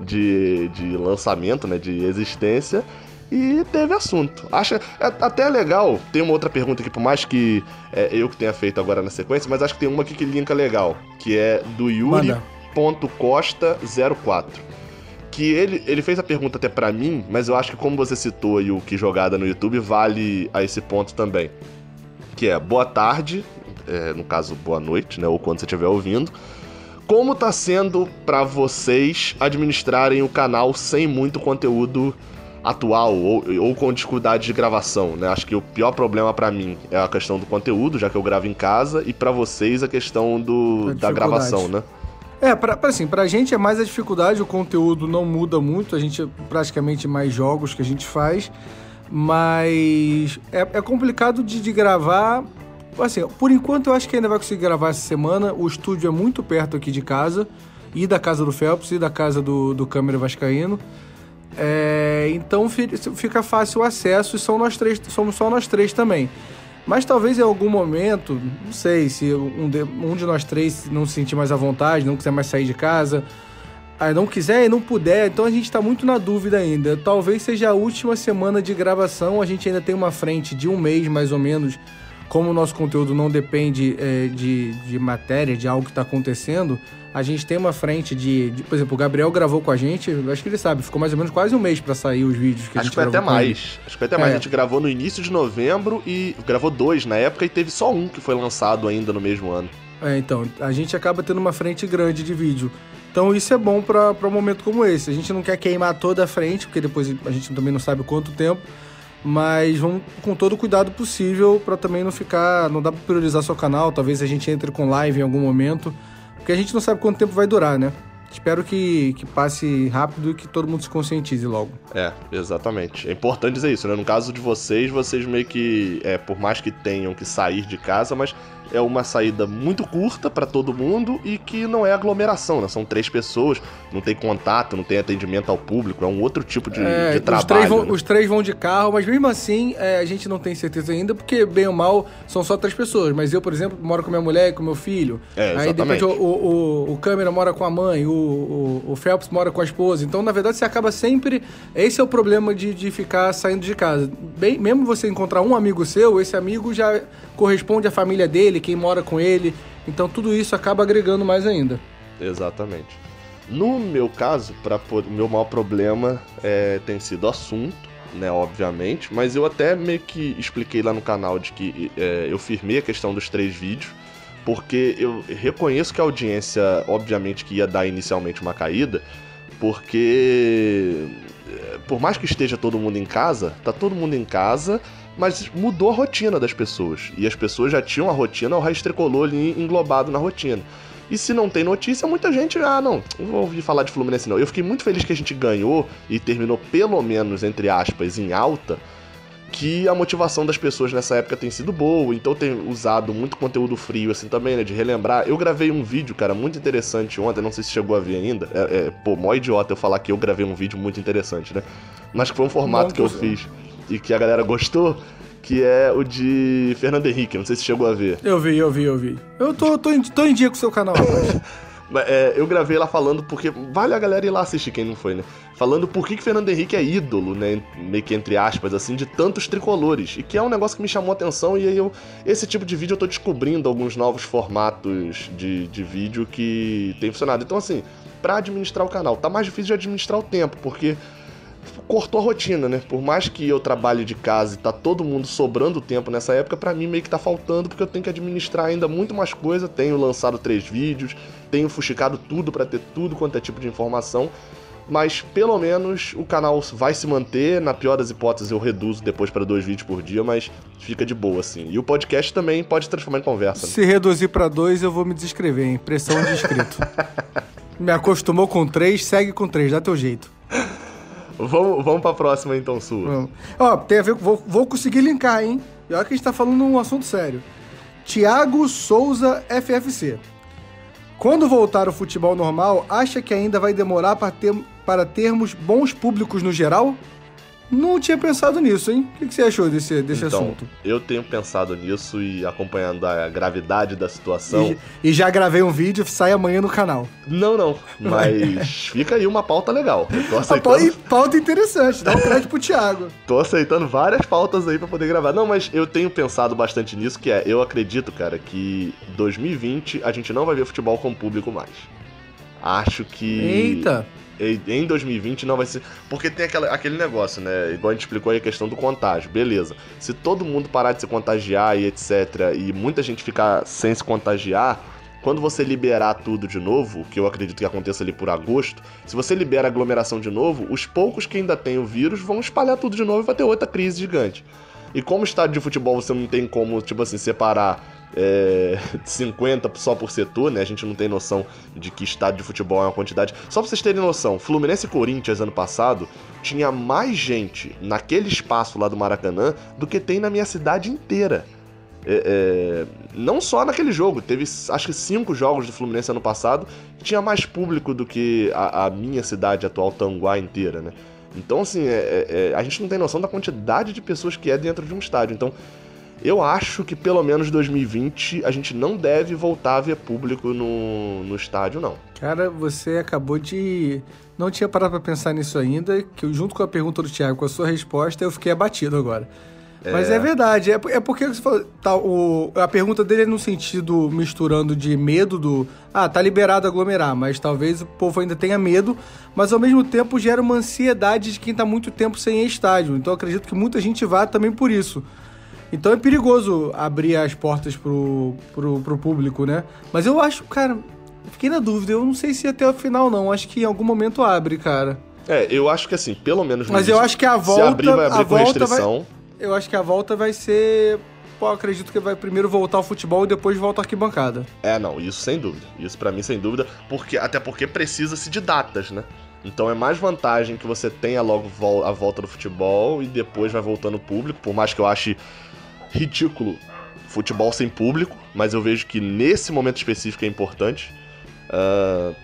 de, de lançamento, né, de existência, e teve assunto. Acho é, até legal, tem uma outra pergunta aqui, por mais que é, eu que tenha feito agora na sequência, mas acho que tem uma aqui que linka legal, que é do Yuri ponto costa zero quatro. Que ele, ele fez a pergunta até pra mim, mas eu acho que como você citou aí o Que Jogada no YouTube, vale a esse ponto também. Que é, boa tarde, é, no caso, boa noite, né, ou quando você estiver ouvindo. Como tá sendo pra vocês administrarem o canal sem muito conteúdo atual ou, ou com dificuldade de gravação, né? Acho que o pior problema pra mim é a questão do conteúdo, já que eu gravo em casa, e pra vocês a questão do, da gravação, né? É, pra, pra, assim, pra gente é mais a dificuldade, o conteúdo não muda muito, a gente é praticamente mais jogos que a gente faz, mas é, é complicado de, de gravar. Assim, por enquanto eu acho que ainda vai conseguir gravar essa semana, o estúdio é muito perto aqui de casa, e da casa do Phelps, e da casa do, do Câmera Vascaíno. É, então fica fácil o acesso e são nós três, somos só nós três também. Mas talvez em algum momento, não sei, se um de, um de nós três não se sentir mais à vontade, não quiser mais sair de casa, aí não quiser e não puder, então a gente está muito na dúvida ainda. Talvez seja a última semana de gravação, a gente ainda tem uma frente de um mês mais ou menos. Como o nosso conteúdo não depende é, de, de matéria, de algo que está acontecendo, a gente tem uma frente de, de... Por exemplo, o Gabriel gravou com a gente, eu acho que ele sabe, ficou mais ou menos quase um mês para sair os vídeos que acho a gente que foi gravou até com mais. ele. Acho que foi até mais. É. A gente gravou no início de novembro e gravou dois na época e teve só um que foi lançado ainda no mesmo ano. É, então, a gente acaba tendo uma frente grande de vídeo. Então isso é bom para um momento como esse. A gente não quer queimar toda a frente, porque depois a gente também não sabe quanto tempo, mas vamos com todo o cuidado possível para também não ficar... Não dá para priorizar seu canal, talvez a gente entre com live em algum momento, porque a gente não sabe quanto tempo vai durar, né? Espero que, que passe rápido e que todo mundo se conscientize logo. É, exatamente. É importante dizer isso, né? No caso de vocês, vocês meio que, é, por mais que tenham que sair de casa, mas é uma saída muito curta pra todo mundo e que não é aglomeração, né? São três pessoas, não tem contato, não tem atendimento ao público, é um outro tipo de, é, de trabalho. Os três, vão, né? os três vão de carro, mas mesmo assim é, a gente não tem certeza ainda, porque bem ou mal são só três pessoas. Mas eu, por exemplo, moro com minha mulher e com meu filho. É, aí depois o, o, o câmera mora com a mãe, o, o, o Phelps mora com a esposa. Então, na verdade, você acaba sempre... Esse é o problema de, de ficar saindo de casa. Bem, mesmo você encontrar um amigo seu, esse amigo já corresponde à família dele, quem mora com ele. Então, tudo isso acaba agregando mais ainda. Exatamente. No meu caso, para o meu maior problema é, tem sido assunto, né, obviamente, mas eu até meio que expliquei lá no canal de que é, eu firmei a questão dos três vídeos, porque eu reconheço que a audiência, obviamente, que ia dar inicialmente uma caída, porque por mais que esteja todo mundo em casa, tá todo mundo em casa, mas mudou a rotina das pessoas, e as pessoas já tinham a rotina, o Raiz Tricolor ali englobado na rotina. E se não tem notícia, muita gente... Ah, não, não vou ouvir falar de Fluminense, não. Eu fiquei muito feliz que a gente ganhou e terminou, pelo menos, entre aspas, em alta, que a motivação das pessoas nessa época tem sido boa. Então, eu tenho usado muito conteúdo frio, assim, também, né, de relembrar. Eu gravei um vídeo, cara, muito interessante ontem, não sei se chegou a ver ainda. É, é, pô, mó idiota eu falar que eu gravei um vídeo muito interessante, né? Mas que foi um formato não, que eu fiz e que a galera gostou, que é o de Fernando Henrique, não sei se chegou a ver. Eu vi, eu vi, eu vi. Eu tô, tô, em, tô em dia com o seu canal, rapaz. é, eu gravei lá falando porque... Vale a galera ir lá assistir, quem não foi, né? Falando por que que Fernando Henrique é ídolo, né? Meio que entre aspas, assim, de tantos tricolores. E que é um negócio que me chamou a atenção e aí eu... Esse tipo de vídeo eu tô descobrindo alguns novos formatos de, de vídeo que tem funcionado. Então, assim, pra administrar o canal, tá mais difícil de administrar o tempo, porque... cortou a rotina, né? Por mais que eu trabalhe de casa e tá todo mundo sobrando tempo nessa época, pra mim meio que tá faltando, porque eu tenho que administrar ainda muito mais coisa. Tenho lançado três vídeos, tenho fuxicado tudo pra ter tudo quanto é tipo de informação, mas pelo menos o canal vai se manter. Na pior das hipóteses eu reduzo depois pra dois vídeos por dia, mas fica de boa, assim. E o podcast também pode transformar em conversa, né? Se reduzir pra dois, eu vou me descrever, hein? Pressão de inscrito. Me acostumou com três, segue com três, dá teu jeito. Vamos, vamos pra próxima então, sua. Vamos. Ó, tem a ver, vou, vou conseguir linkar, hein? E olha que a gente tá falando um assunto sério. Thiago Souza F F C. Quando voltar o futebol normal, acha que ainda vai demorar para, ter, para termos bons públicos no geral? Não tinha pensado nisso, hein? O que, que você achou desse, desse então, assunto? Eu tenho pensado nisso e acompanhando a gravidade da situação. E, e já gravei um vídeo, sai amanhã no canal. Não, não. Mas fica aí uma pauta legal. Eu tô aceitando... A pauta interessante, dá um crédito pro Thiago. Tô aceitando várias pautas aí pra poder gravar. Não, mas eu tenho pensado bastante nisso, que é, eu acredito, cara, que dois mil e vinte a gente não vai ver futebol com público mais. Acho que... Eita! Em dois mil e vinte não vai ser... Porque tem aquela, aquele negócio, né? Igual a gente explicou aí a questão do contágio. Beleza. Se todo mundo parar de se contagiar e etcétera, e muita gente ficar sem se contagiar, quando você liberar tudo de novo, que eu acredito que aconteça ali por agosto, se você libera a aglomeração de novo, os poucos que ainda têm o vírus vão espalhar tudo de novo e vai ter outra crise gigante. E como estádio de futebol você não tem como, tipo assim, separar é, cinquenta só por setor, né? A gente não tem noção de que estádio de futebol é uma quantidade. Só pra vocês terem noção, Fluminense e Corinthians ano passado tinha mais gente naquele espaço lá do Maracanã do que tem na minha cidade inteira. É, é, não só naquele jogo, teve acho que cinco jogos do Fluminense ano passado que tinha mais público do que a, a minha cidade atual, Tanguá, inteira, né? Então, assim, é, é, a gente não tem noção da quantidade de pessoas que é dentro de um estádio. Então, eu acho que pelo menos dois mil e vinte a gente não deve voltar a ver público no, no estádio, não. Cara, você acabou de... Não tinha parado pra pensar nisso ainda, que eu, junto com a pergunta do Thiago, com a sua resposta, eu fiquei abatido agora. É. Mas é verdade, é, é porque você falou, tá, o, a pergunta dele é no sentido misturando de medo do... Ah, tá liberado aglomerar, mas talvez o povo ainda tenha medo, mas ao mesmo tempo gera uma ansiedade de quem tá muito tempo sem ir estádio. Então eu acredito que muita gente vá também por isso. Então é perigoso abrir as portas pro, pro, pro público, né? Mas eu acho, cara, fiquei na dúvida, eu não sei se até o final não, acho que em algum momento abre, cara. É, eu acho que assim, pelo menos... Mas eu acho que a volta... Se abrir, vai abrir a com volta restrição... Vai... Eu acho que a volta vai ser... Pô, eu acredito que vai primeiro voltar ao futebol e depois volta à arquibancada. É, não, isso sem dúvida. Isso pra mim sem dúvida, porque, até porque precisa-se de datas, né? Então é mais vantagem que você tenha logo a volta do futebol e depois vai voltando o público, por mais que eu ache ridículo futebol sem público, mas eu vejo que nesse momento específico é importante. Uh...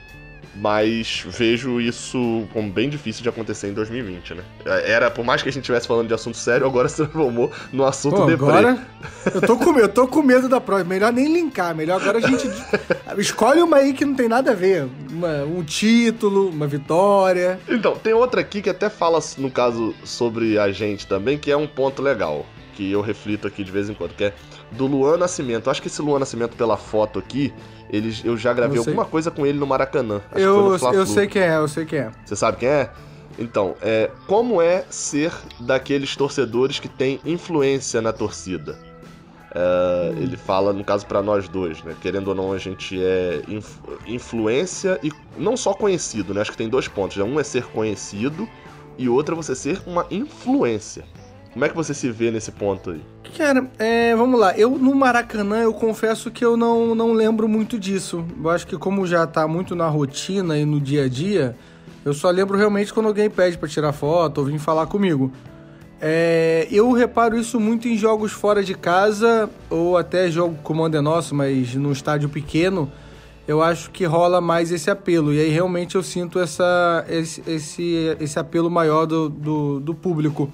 Mas vejo isso como bem difícil de acontecer em dois mil e vinte, né? Era, por mais que a gente estivesse falando de assunto sério, agora se transformou no assunto Pô, deprê. Agora, eu tô, com, eu tô com medo da próxima. Melhor nem linkar. Melhor agora a gente escolhe uma aí que não tem nada a ver. Uma, um título, uma vitória. Então, tem outra aqui que até fala, no caso, sobre a gente também, que é um ponto legal, que eu reflito aqui de vez em quando, que é do Luan Nascimento. Acho que esse Luan Nascimento, pela foto aqui, ele, eu já gravei alguma coisa com ele no Maracanã. Acho eu, que foi no Fla-Flu. Eu sei quem é, eu sei quem é. Você sabe quem é? Então, é, como é ser daqueles torcedores que tem influência na torcida? É, hum. Ele fala, no caso, pra nós dois, né? Querendo ou não, a gente é inf- influência e não só conhecido, né? Acho que tem dois pontos, né? Um é ser conhecido e outro é você ser uma influência. Como é que você se vê nesse ponto aí? Cara, é, vamos lá. Eu, no Maracanã, eu confesso que eu não, não lembro muito disso. Eu acho que como já tá muito na rotina e no dia a dia, eu só lembro realmente quando alguém pede pra tirar foto ou vir falar comigo. É, eu reparo isso muito em jogos fora de casa, ou até jogo Comando é Nosso, mas num estádio pequeno, eu acho que rola mais esse apelo. E aí realmente eu sinto essa, esse, esse, esse apelo maior do, do, do público.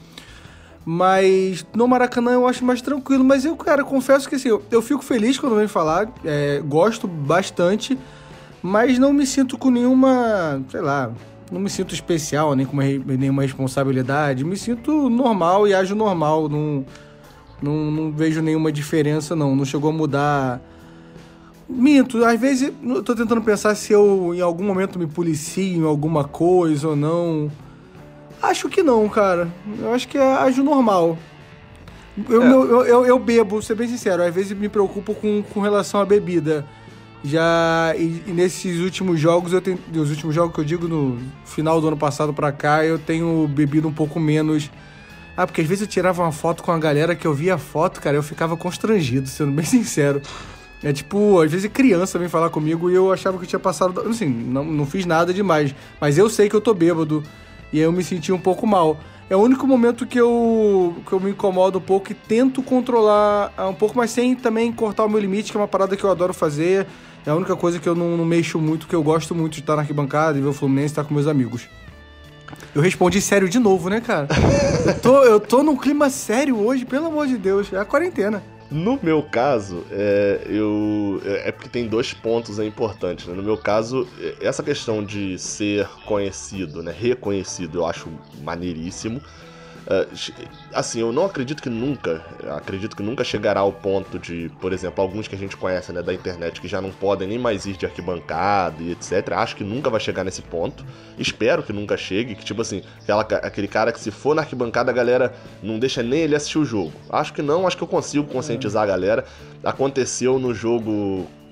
Mas no Maracanã eu acho mais tranquilo. Mas eu, cara, confesso que assim, eu, eu fico feliz quando vem falar, é, gosto bastante, mas não me sinto com nenhuma, sei lá, não me sinto especial, nem com uma, nenhuma responsabilidade. Me sinto normal e ajo normal, não, não, não vejo nenhuma diferença não, não chegou a mudar. Minto, às vezes eu tô tentando pensar se eu em algum momento me policio em alguma coisa ou não. Acho que não, cara. Eu acho que é ajo normal. Eu, é. eu, eu, eu bebo, vou ser bem sincero, às vezes me preocupo com, com relação à bebida. Já, e, e nesses últimos jogos, eu tenho, os últimos jogos que eu digo no final do ano passado pra cá, eu tenho bebido um pouco menos. Ah, porque às vezes eu tirava uma foto com a galera que eu via a foto, cara, eu ficava constrangido, sendo bem sincero. É tipo, às vezes criança vem falar comigo e eu achava que eu tinha passado... Assim, não, não fiz nada demais, mas eu sei que eu tô bêbado. E aí eu me senti um pouco mal. É o único momento que eu, que eu me incomodo um pouco e tento controlar um pouco, mas sem também cortar o meu limite, que é uma parada que eu adoro fazer. É a única coisa que eu não, não mexo muito, que eu gosto muito de estar na arquibancada e ver o Fluminense e estar com meus amigos. Eu respondi sério de novo, né, cara? eu, tô, eu tô num clima sério hoje, pelo amor de Deus. É a quarentena. No meu caso, é, eu, é porque tem dois pontos aí importantes, né? No meu caso, essa questão de ser conhecido, né? Reconhecido, eu acho maneiríssimo. Uh, assim, eu não acredito que nunca, acredito que nunca chegará ao ponto de, por exemplo, alguns que a gente conhece, né, da internet, que já não podem nem mais ir de arquibancada e etcétera. Acho que nunca vai chegar nesse ponto. Espero que nunca chegue, que tipo assim, aquela, aquele cara que se for na arquibancada a galera não deixa nem ele assistir o jogo. Acho que não, acho que eu consigo conscientizar a galera. Aconteceu no jogo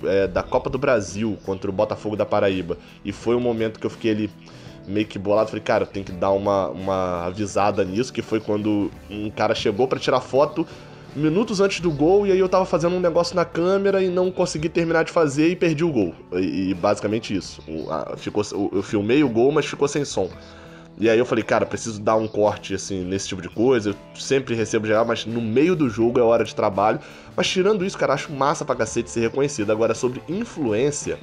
é, da Copa do Brasil contra o Botafogo da Paraíba. E foi um momento que eu fiquei ali meio que bolado. Falei, cara, eu tenho que dar uma, uma avisada nisso, que foi quando um cara chegou pra tirar foto minutos antes do gol, e aí eu tava fazendo um negócio na câmera e não consegui terminar de fazer e perdi o gol. E, e basicamente isso. O, a, ficou, eu filmei o gol, mas ficou sem som. E aí eu falei, cara, preciso dar um corte, assim, nesse tipo de coisa. Eu sempre recebo geral, mas no meio do jogo é hora de trabalho. Mas tirando isso, cara, acho massa pra cacete ser reconhecido. Agora, sobre influência,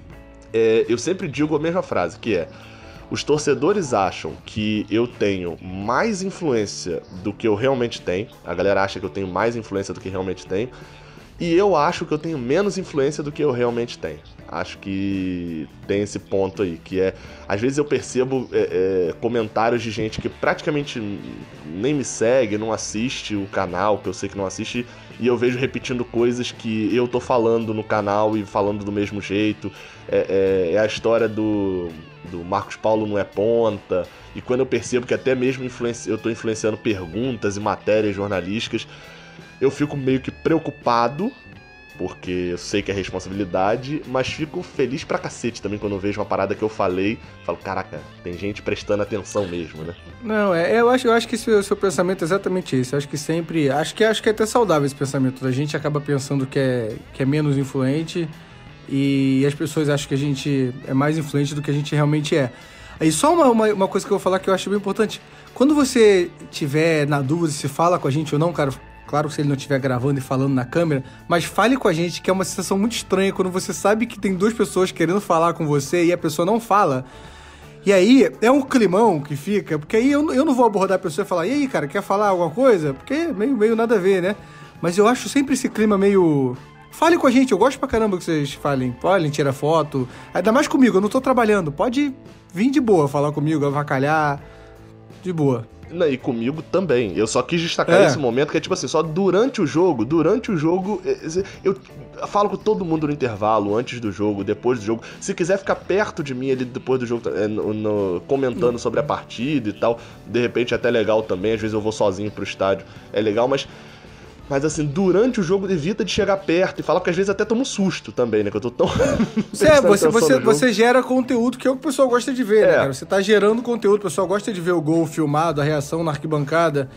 é, eu sempre digo a mesma frase, que é: os torcedores acham que eu tenho mais influência do que eu realmente tenho. A galera acha que eu tenho mais influência do que realmente tenho. E eu acho que eu tenho menos influência do que eu realmente tenho. Acho que tem esse ponto aí, que é... Às vezes eu percebo é, é, comentários de gente que praticamente nem me segue, não assiste o canal, que eu sei que não assiste, e eu vejo repetindo coisas que eu tô falando no canal e falando do mesmo jeito. É, é, é a história do... do Marcos Paulo não é ponta, e quando eu percebo que até mesmo influenci... eu tô influenciando perguntas e matérias jornalísticas, eu fico meio que preocupado, porque eu sei que é responsabilidade, mas fico feliz pra cacete também quando eu vejo uma parada que eu falei. Falo, caraca, tem gente prestando atenção mesmo, né? Não, é, eu acho, eu acho que esse, o seu pensamento é exatamente esse. Eu acho que sempre... Acho que, acho que é até saudável esse pensamento. A gente acaba pensando que é, que é menos influente e as pessoas acham que a gente é mais influente do que a gente realmente é. E só uma, uma, uma coisa que eu vou falar que eu acho bem importante. Quando você tiver na dúvida se fala com a gente ou não, cara... Claro que se ele não estiver gravando e falando na câmera, mas fale com a gente, que é uma sensação muito estranha quando você sabe que tem duas pessoas querendo falar com você e a pessoa não fala. E aí, é um climão que fica, porque aí eu, eu não vou abordar a pessoa e falar, e aí, cara, quer falar alguma coisa? Porque é meio, meio nada a ver, né? Mas eu acho sempre esse clima meio... Fale com a gente, eu gosto pra caramba que vocês falem. Olhem, tira foto. Ainda mais comigo, eu não tô trabalhando. Pode vir de boa falar comigo, avacalhar, de boa. E comigo também. Eu só quis destacar é. esse momento, que é tipo assim, só durante o jogo, durante o jogo, eu falo com todo mundo no intervalo, antes do jogo, depois do jogo. Se quiser ficar perto de mim ali depois do jogo, no, no, comentando sobre a partida e tal, de repente é até legal também. Às vezes eu vou sozinho pro estádio, é legal, mas... Mas assim, durante o jogo evita de chegar perto e falar, porque às vezes até toma um susto também, né? Que eu tô tão... É, você, você, você gera conteúdo que é o que o pessoal gosta de ver, é. né, cara? Você tá gerando conteúdo, o pessoal gosta de ver o gol filmado, a reação na arquibancada.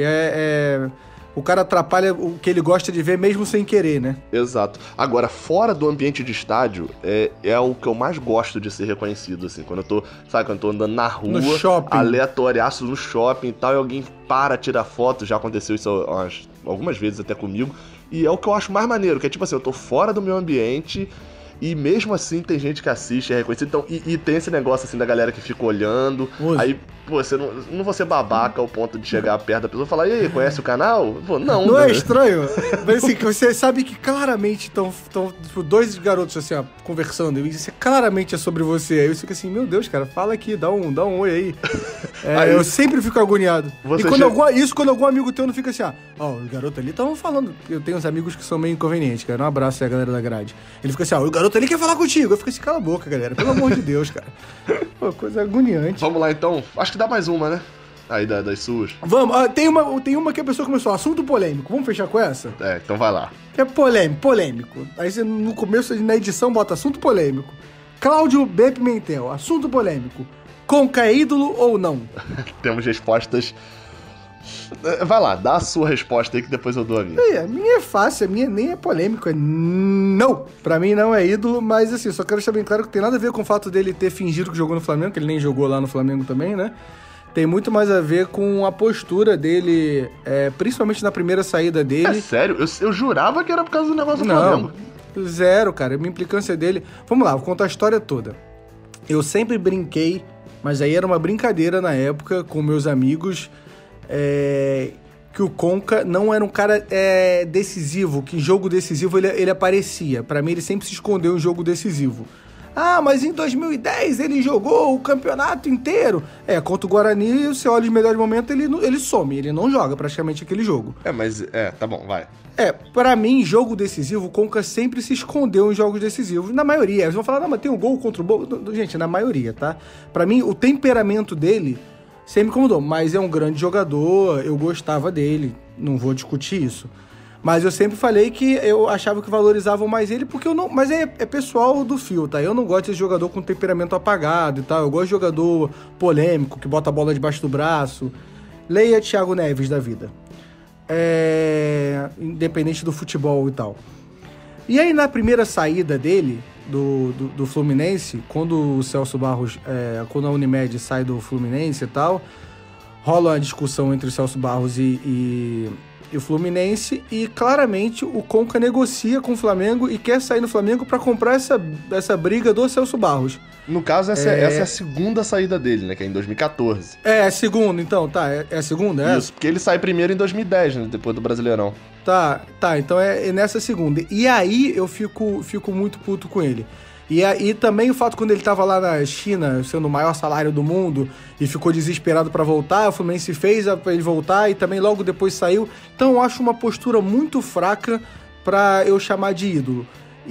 É, é... O cara atrapalha o que ele gosta de ver mesmo sem querer, né? Exato. Agora, fora do ambiente de estádio, é, é o que eu mais gosto de ser reconhecido, assim. Quando eu tô, sabe, quando eu tô andando na rua, no shopping, aleatoriaço no shopping e tal, e alguém para, tira foto, já aconteceu isso umas, algumas vezes até comigo, e é o que eu acho mais maneiro, que é tipo assim, eu tô fora do meu ambiente... E mesmo assim tem gente que assiste, é reconhecido. Então, e, e tem esse negócio assim da galera que fica olhando. Ui. Aí, pô, você não, não vou ser babaca ao ponto de chegar perto da pessoa e falar, e aí, conhece o canal? Pô, não. Não né? é estranho? Mas assim, que você sabe que claramente estão tipo, dois garotos assim, ó, conversando, e isso claramente é sobre você. Aí você fica assim, meu Deus, cara, fala aqui, dá um, dá um oi aí. É, aí, eu sempre fico agoniado. E quando chega... algum, isso quando algum amigo teu não fica assim, ó, ó, os garotos ali estavam falando. Eu tenho uns amigos que são meio inconvenientes, cara. Um abraço aí a galera da grade. Ele fica assim, ó, o garoto ali quer falar contigo. Eu fico assim, cala a boca, galera. Pelo amor de Deus, cara. Pô, coisa agoniante. Vamos lá, então. Acho que dá mais uma, né? Aí, da, das suas. Vamos. Ah, tem, uma, tem uma que a pessoa começou. Assunto polêmico. Vamos fechar com essa? É, então vai lá. É polêmico, polêmico. Aí você, no começo, na edição, bota assunto polêmico. Cláudio B. Pimentel. Assunto polêmico. Conca é ídolo ou não? Temos respostas... Vai lá, dá a sua resposta aí que depois eu dou a minha. É, a minha é fácil, a minha nem é polêmico, é não. Pra mim não é ídolo, mas assim, só quero deixar bem claro que tem nada a ver com o fato dele ter fingido que jogou no Flamengo, que ele nem jogou lá no Flamengo também, né? Tem muito mais a ver com a postura dele, é, principalmente na primeira saída dele. É sério? Eu, eu jurava que era por causa do negócio do não, Flamengo. Zero, cara, a minha implicância dele... Vamos lá, vou contar a história toda. Eu sempre brinquei, mas aí era uma brincadeira na época com meus amigos... É, que o Conca não era um cara é, decisivo, que em jogo decisivo ele, ele aparecia. Pra mim, ele sempre se escondeu em jogo decisivo. Ah, mas em dois mil e dez ele jogou o campeonato inteiro. É, contra o Guarani, você olha os melhores momentos, ele, ele some, ele não joga praticamente aquele jogo. É, mas, é, tá bom, vai. É, pra mim, jogo decisivo, o Conca sempre se escondeu em jogos decisivos, na maioria. Eles vão falar, não, mas tem um gol contra o Boca. Gente, na maioria, tá? Pra mim, o temperamento dele... sempre me incomodou, mas é um grande jogador, eu gostava dele, não vou discutir isso. Mas eu sempre falei que eu achava que valorizavam mais ele, porque eu não... Mas é, é pessoal do fio, tá? Eu não gosto de jogador com temperamento apagado e tal. Eu gosto de jogador polêmico, que bota a bola debaixo do braço. Leia Thiago Neves da vida. É... Independente do futebol e tal. E aí, na primeira saída dele, do, do, do Fluminense, quando o Celso Barros... É, quando a Unimed sai do Fluminense e tal, rola uma discussão entre o Celso Barros e... e e o Fluminense, e claramente o Conca negocia com o Flamengo e quer sair no Flamengo para comprar essa, essa briga do Celso Barros. No caso, essa é... essa é a segunda saída dele, né? Que é em dois mil e catorze. É, é a segunda, então, tá. É, é a segunda, é? Isso, porque ele sai primeiro em dois mil e dez, né? Depois do Brasileirão. Tá, tá. Então é, é nessa segunda. E aí eu fico, fico muito puto com ele. E, e também o fato quando ele tava lá na China, sendo o maior salário do mundo, e ficou desesperado pra voltar, o Fluminense fez pra ele voltar e também logo depois saiu. Então eu acho uma postura muito fraca pra eu chamar de ídolo.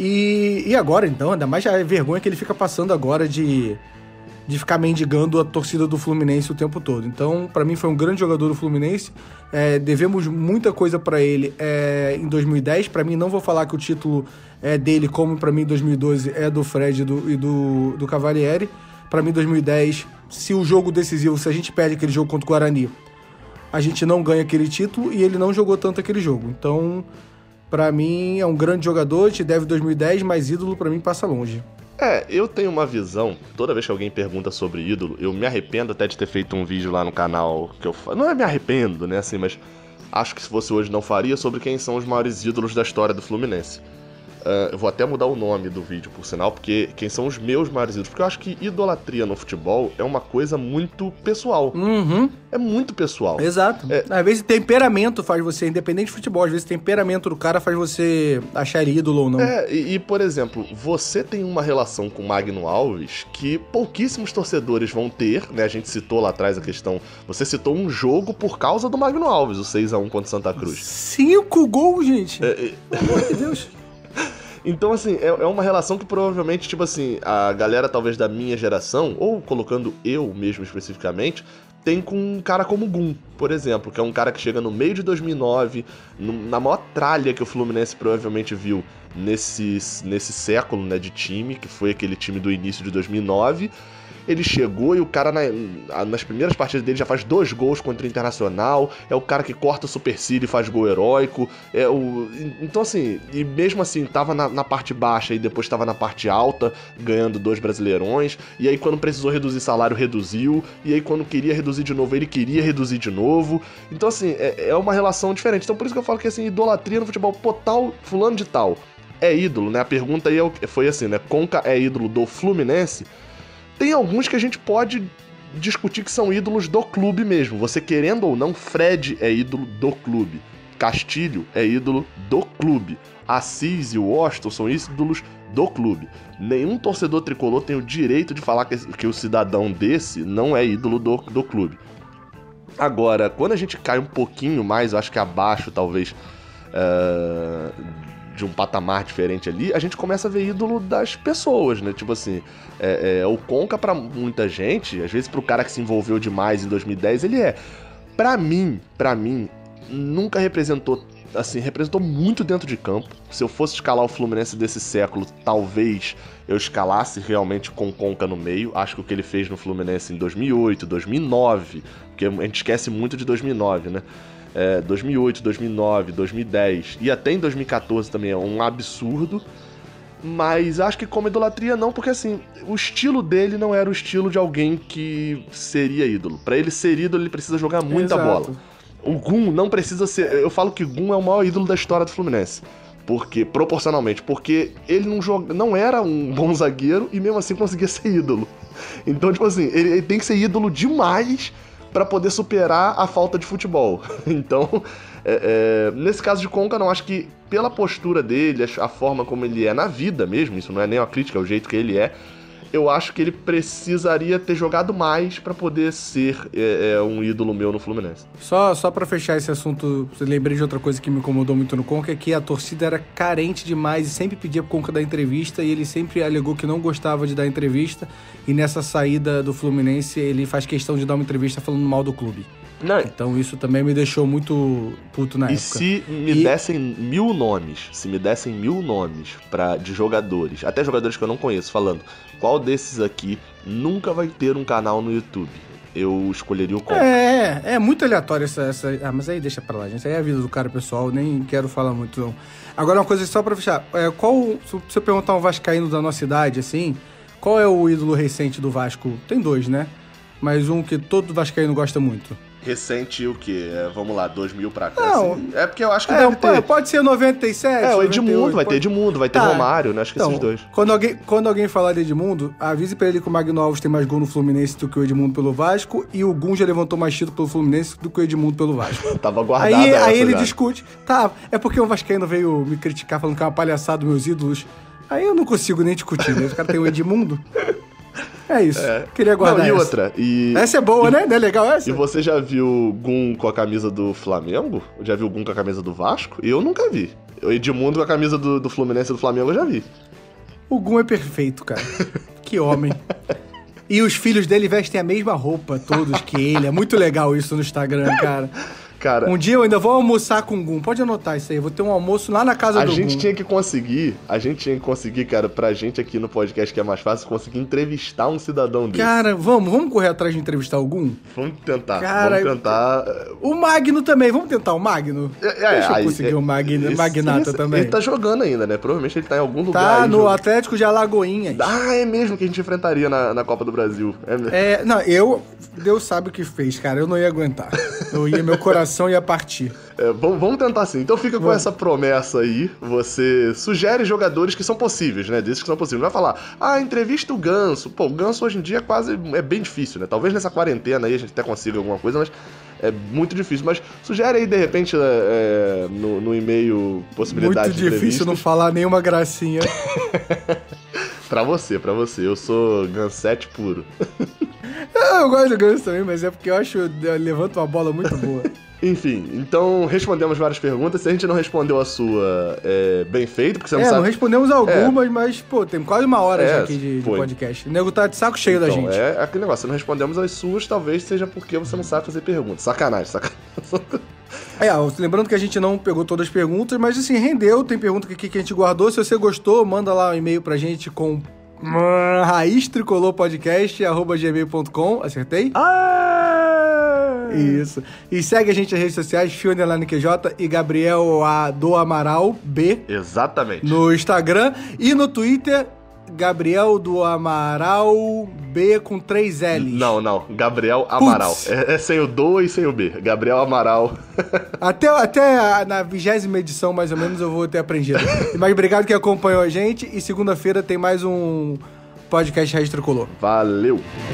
E, e agora, então, ainda mais a vergonha que ele fica passando agora de, de ficar mendigando a torcida do Fluminense o tempo todo. Então, pra mim, foi um grande jogador do Fluminense. É, devemos muita coisa pra ele é, em dois mil e dez. Pra mim, não vou falar que o título é dele, como pra mim em dois mil e doze é do Fred e do, e do, do Cavalieri. Pra mim, dois mil e dez, se o jogo decisivo, se a gente perde aquele jogo contra o Guarani, a gente não ganha aquele título e ele não jogou tanto aquele jogo. Então, pra mim, é um grande jogador, te deve dois mil e dez, mas ídolo pra mim passa longe. É, eu tenho uma visão, toda vez que alguém pergunta sobre ídolo, eu me arrependo até de ter feito um vídeo lá no canal que eu faço. Não é me arrependo, né, assim, mas acho que se fosse hoje não faria, sobre quem são os maiores ídolos da história do Fluminense. Uh, eu vou até mudar o nome do vídeo, por sinal, porque quem são os meus maiores ídolos. Porque eu acho que idolatria no futebol é uma coisa muito pessoal. Uhum. É muito pessoal. Exato. É... Às vezes temperamento faz você, independente de futebol, às vezes temperamento do cara faz você achar ele ídolo ou não. É, e, e por exemplo, você tem uma relação com o Magno Alves que pouquíssimos torcedores vão ter, né? A gente citou lá atrás a questão... Você citou um jogo por causa do Magno Alves, o seis a um contra o Santa Cruz. Cinco gols, gente! É, é... Pelo amor de Deus! Então, assim, é, é uma relação que provavelmente, tipo assim, a galera talvez da minha geração, ou colocando eu mesmo especificamente, tem com um cara como o Gum, por exemplo, que é um cara que chega no meio de dois mil e nove, no, na maior tralha que o Fluminense provavelmente viu nesse, nesse século, né, de time, que foi aquele time do início de dois mil e nove. Ele chegou e o cara, na, nas primeiras partidas dele, já faz dois gols contra o Internacional. É o cara que corta o supercílio e faz gol heróico. É o, então, assim, e mesmo assim, tava na, na parte baixa e depois tava na parte alta, ganhando dois brasileirões. E aí, quando precisou reduzir salário, reduziu. E aí, quando queria reduzir de novo, ele queria reduzir de novo. Então, assim, é, é uma relação diferente. Então, por isso que eu falo que, assim, idolatria no futebol, pô, tal, fulano de tal, é ídolo, né? A pergunta aí foi assim, né? Conca é ídolo do Fluminense? Tem alguns que a gente pode discutir que são ídolos do clube mesmo. Você querendo ou não, Fred é ídolo do clube. Castilho é ídolo do clube. Assis e Washington são ídolos do clube. Nenhum torcedor tricolor tem o direito de falar que, que o cidadão desse não é ídolo do, do clube. Agora, quando a gente cai um pouquinho mais, eu acho que abaixo, talvez... Uh... de um patamar diferente ali, a gente começa a ver ídolo das pessoas, né? Tipo assim, é, é, o Conca pra muita gente, às vezes pro cara que se envolveu demais em dois mil e dez, ele é. Pra mim, pra mim, nunca representou, assim, representou muito dentro de campo. Se eu fosse escalar o Fluminense desse século, talvez eu escalasse realmente com o Conca no meio. Acho que o que ele fez no Fluminense em dois mil e oito, dois mil e nove, porque a gente esquece muito de dois mil e nove, né? É, dois mil e oito, dois mil e nove, dois mil e dez e até em dois mil e catorze também é um absurdo, mas acho que como idolatria não, porque assim, o estilo dele não era o estilo de alguém que seria ídolo. Pra ele ser ídolo, ele precisa jogar muita Exato. bola. O Gum não precisa ser... Eu falo que o Gum é o maior ídolo da história do Fluminense. Porque, proporcionalmente, porque ele não, joga, não era um bom zagueiro e mesmo assim conseguia ser ídolo. Então, tipo assim, ele, ele tem que ser ídolo demais para poder superar a falta de futebol. Então, é, é, nesse caso de Conca, não, acho que pela postura dele, a forma como ele é na vida mesmo, isso não é nem uma crítica, é o jeito que ele é, eu acho que ele precisaria ter jogado mais para poder ser é, é, um ídolo meu no Fluminense. Só, só para fechar esse assunto, eu lembrei de outra coisa que me incomodou muito no Conca, é que a torcida era carente demais e sempre pedia pro Conca dar entrevista, e ele sempre alegou que não gostava de dar entrevista, e nessa saída do Fluminense ele faz questão de dar uma entrevista falando mal do clube. Não, então isso também me deixou muito puto na e época. se me E- dessem mil nomes, se me dessem mil nomes pra, de jogadores, até jogadores que eu não conheço, falando qual desses aqui nunca vai ter um canal no YouTube, eu escolheria o qual. É, é muito aleatório essa, essa... Ah, mas aí deixa pra lá, gente. Isso aí é a vida do cara pessoal, nem quero falar muito, não. Agora, uma coisa só pra fechar. É, qual, se você perguntar um vascaíno da nossa idade, assim, qual é o ídolo recente do Vasco? Tem dois, né? Mas um que todo vascaíno gosta muito. Recente o quê? É, vamos lá, dois mil pra cá. Não. Assim. É porque eu acho que É, deve pode, ter. pode ser noventa e sete, É, o noventa e Edmundo, oito, vai pode... ter Edmundo, vai ter Tá. Romário, né? Acho que Então, esses dois. Quando alguém, quando alguém falar de Edmundo, avise pra ele que o Magno Alves tem mais gol no Fluminense do que o Edmundo pelo Vasco e o Gum já levantou mais título pelo Fluminense do que o Edmundo pelo Vasco. Tava guardado Aí, essa aí ele já. discute. Tá, é porque o vascaíno veio me criticar falando que é uma palhaçada meus ídolos. Aí eu não consigo nem discutir, né? Os caras têm o Edmundo. É isso. É. Queria guardar Não, e essa. outra. E... Essa é boa, né? Não é legal essa? E você já viu Gum com a camisa do Flamengo? Já viu Gum com a camisa do Vasco? Eu nunca vi. O Edmundo com a camisa do, do Fluminense e do Flamengo eu já vi. O Gum é perfeito, cara. Que homem. E os filhos dele vestem a mesma roupa, todos, que ele. É muito legal isso no Instagram, cara. Cara, Um dia eu ainda vou almoçar com o Gum. Pode anotar isso aí. Eu vou ter um almoço lá na casa a do gente Gum. tinha que conseguir, a gente tinha que conseguir, cara, pra gente aqui no podcast que é mais fácil, conseguir entrevistar um cidadão desse. Cara, vamos, vamos correr atrás de entrevistar o Gum? Vamos tentar, Cara, vamos tentar. O Magno também. Vamos tentar o Magno? É, é, Deixa eu aí, conseguir é, o Magno, esse- Magnata esse- também. Ele tá jogando ainda, né? Provavelmente ele tá em algum lugar Tá aí no jogando. Atlético de Alagoinhas. Ah, é mesmo que a gente enfrentaria na, na Copa do Brasil. É mesmo. É, não, eu... Deus sabe o que fez, cara. Eu não ia aguentar. Eu ia, meu coração ia partir. É, vamos, vamos tentar assim. Então fica com Vamos. essa promessa aí. Você sugere jogadores que são possíveis, né? Desses que são possíveis. Não vai falar, ah, entrevista o Ganso. Pô, o Ganso hoje em dia é quase... É bem difícil, né? Talvez nessa quarentena aí a gente até consiga alguma coisa, mas é muito difícil. Mas sugere aí, de repente, é, no, no e-mail possibilidade Muito de difícil não falar nenhuma gracinha. Pra você, pra você. Eu sou Gansete puro. Eu gosto do Ganso também, mas é porque eu acho... Eu levanto uma bola muito boa. Enfim, então respondemos várias perguntas. Se a gente não respondeu a sua, é bem feito, porque você não É, sabe... não respondemos algumas, mas, pô, tem quase uma hora É, já aqui de, de foi. podcast. O nego tá de saco cheio da Então, gente. é aquele negócio, se não respondemos as suas, talvez seja porque você não sabe fazer perguntas. Sacanagem, sacanagem. É, ó, lembrando que a gente não pegou todas as perguntas, mas assim, rendeu. Tem pergunta aqui que a gente guardou. Se você gostou, manda lá um e-mail pra gente com raiz tricolor podcast arroba gmail ponto com. Acertei? Isso. E segue a gente nas redes sociais, Fio Underline Q J e Gabriel A. do Amaral B Exatamente. no Instagram e no Twitter, Gabriel do Amaral B com três L's. Não, não. Gabriel Amaral. É, é sem o do e sem o B. Gabriel Amaral. Até, até a- na vigésima edição, mais ou menos, eu vou ter aprendido. Mas obrigado que acompanhou a gente. E segunda-feira tem mais um podcast Raiz Tricolor. Valeu.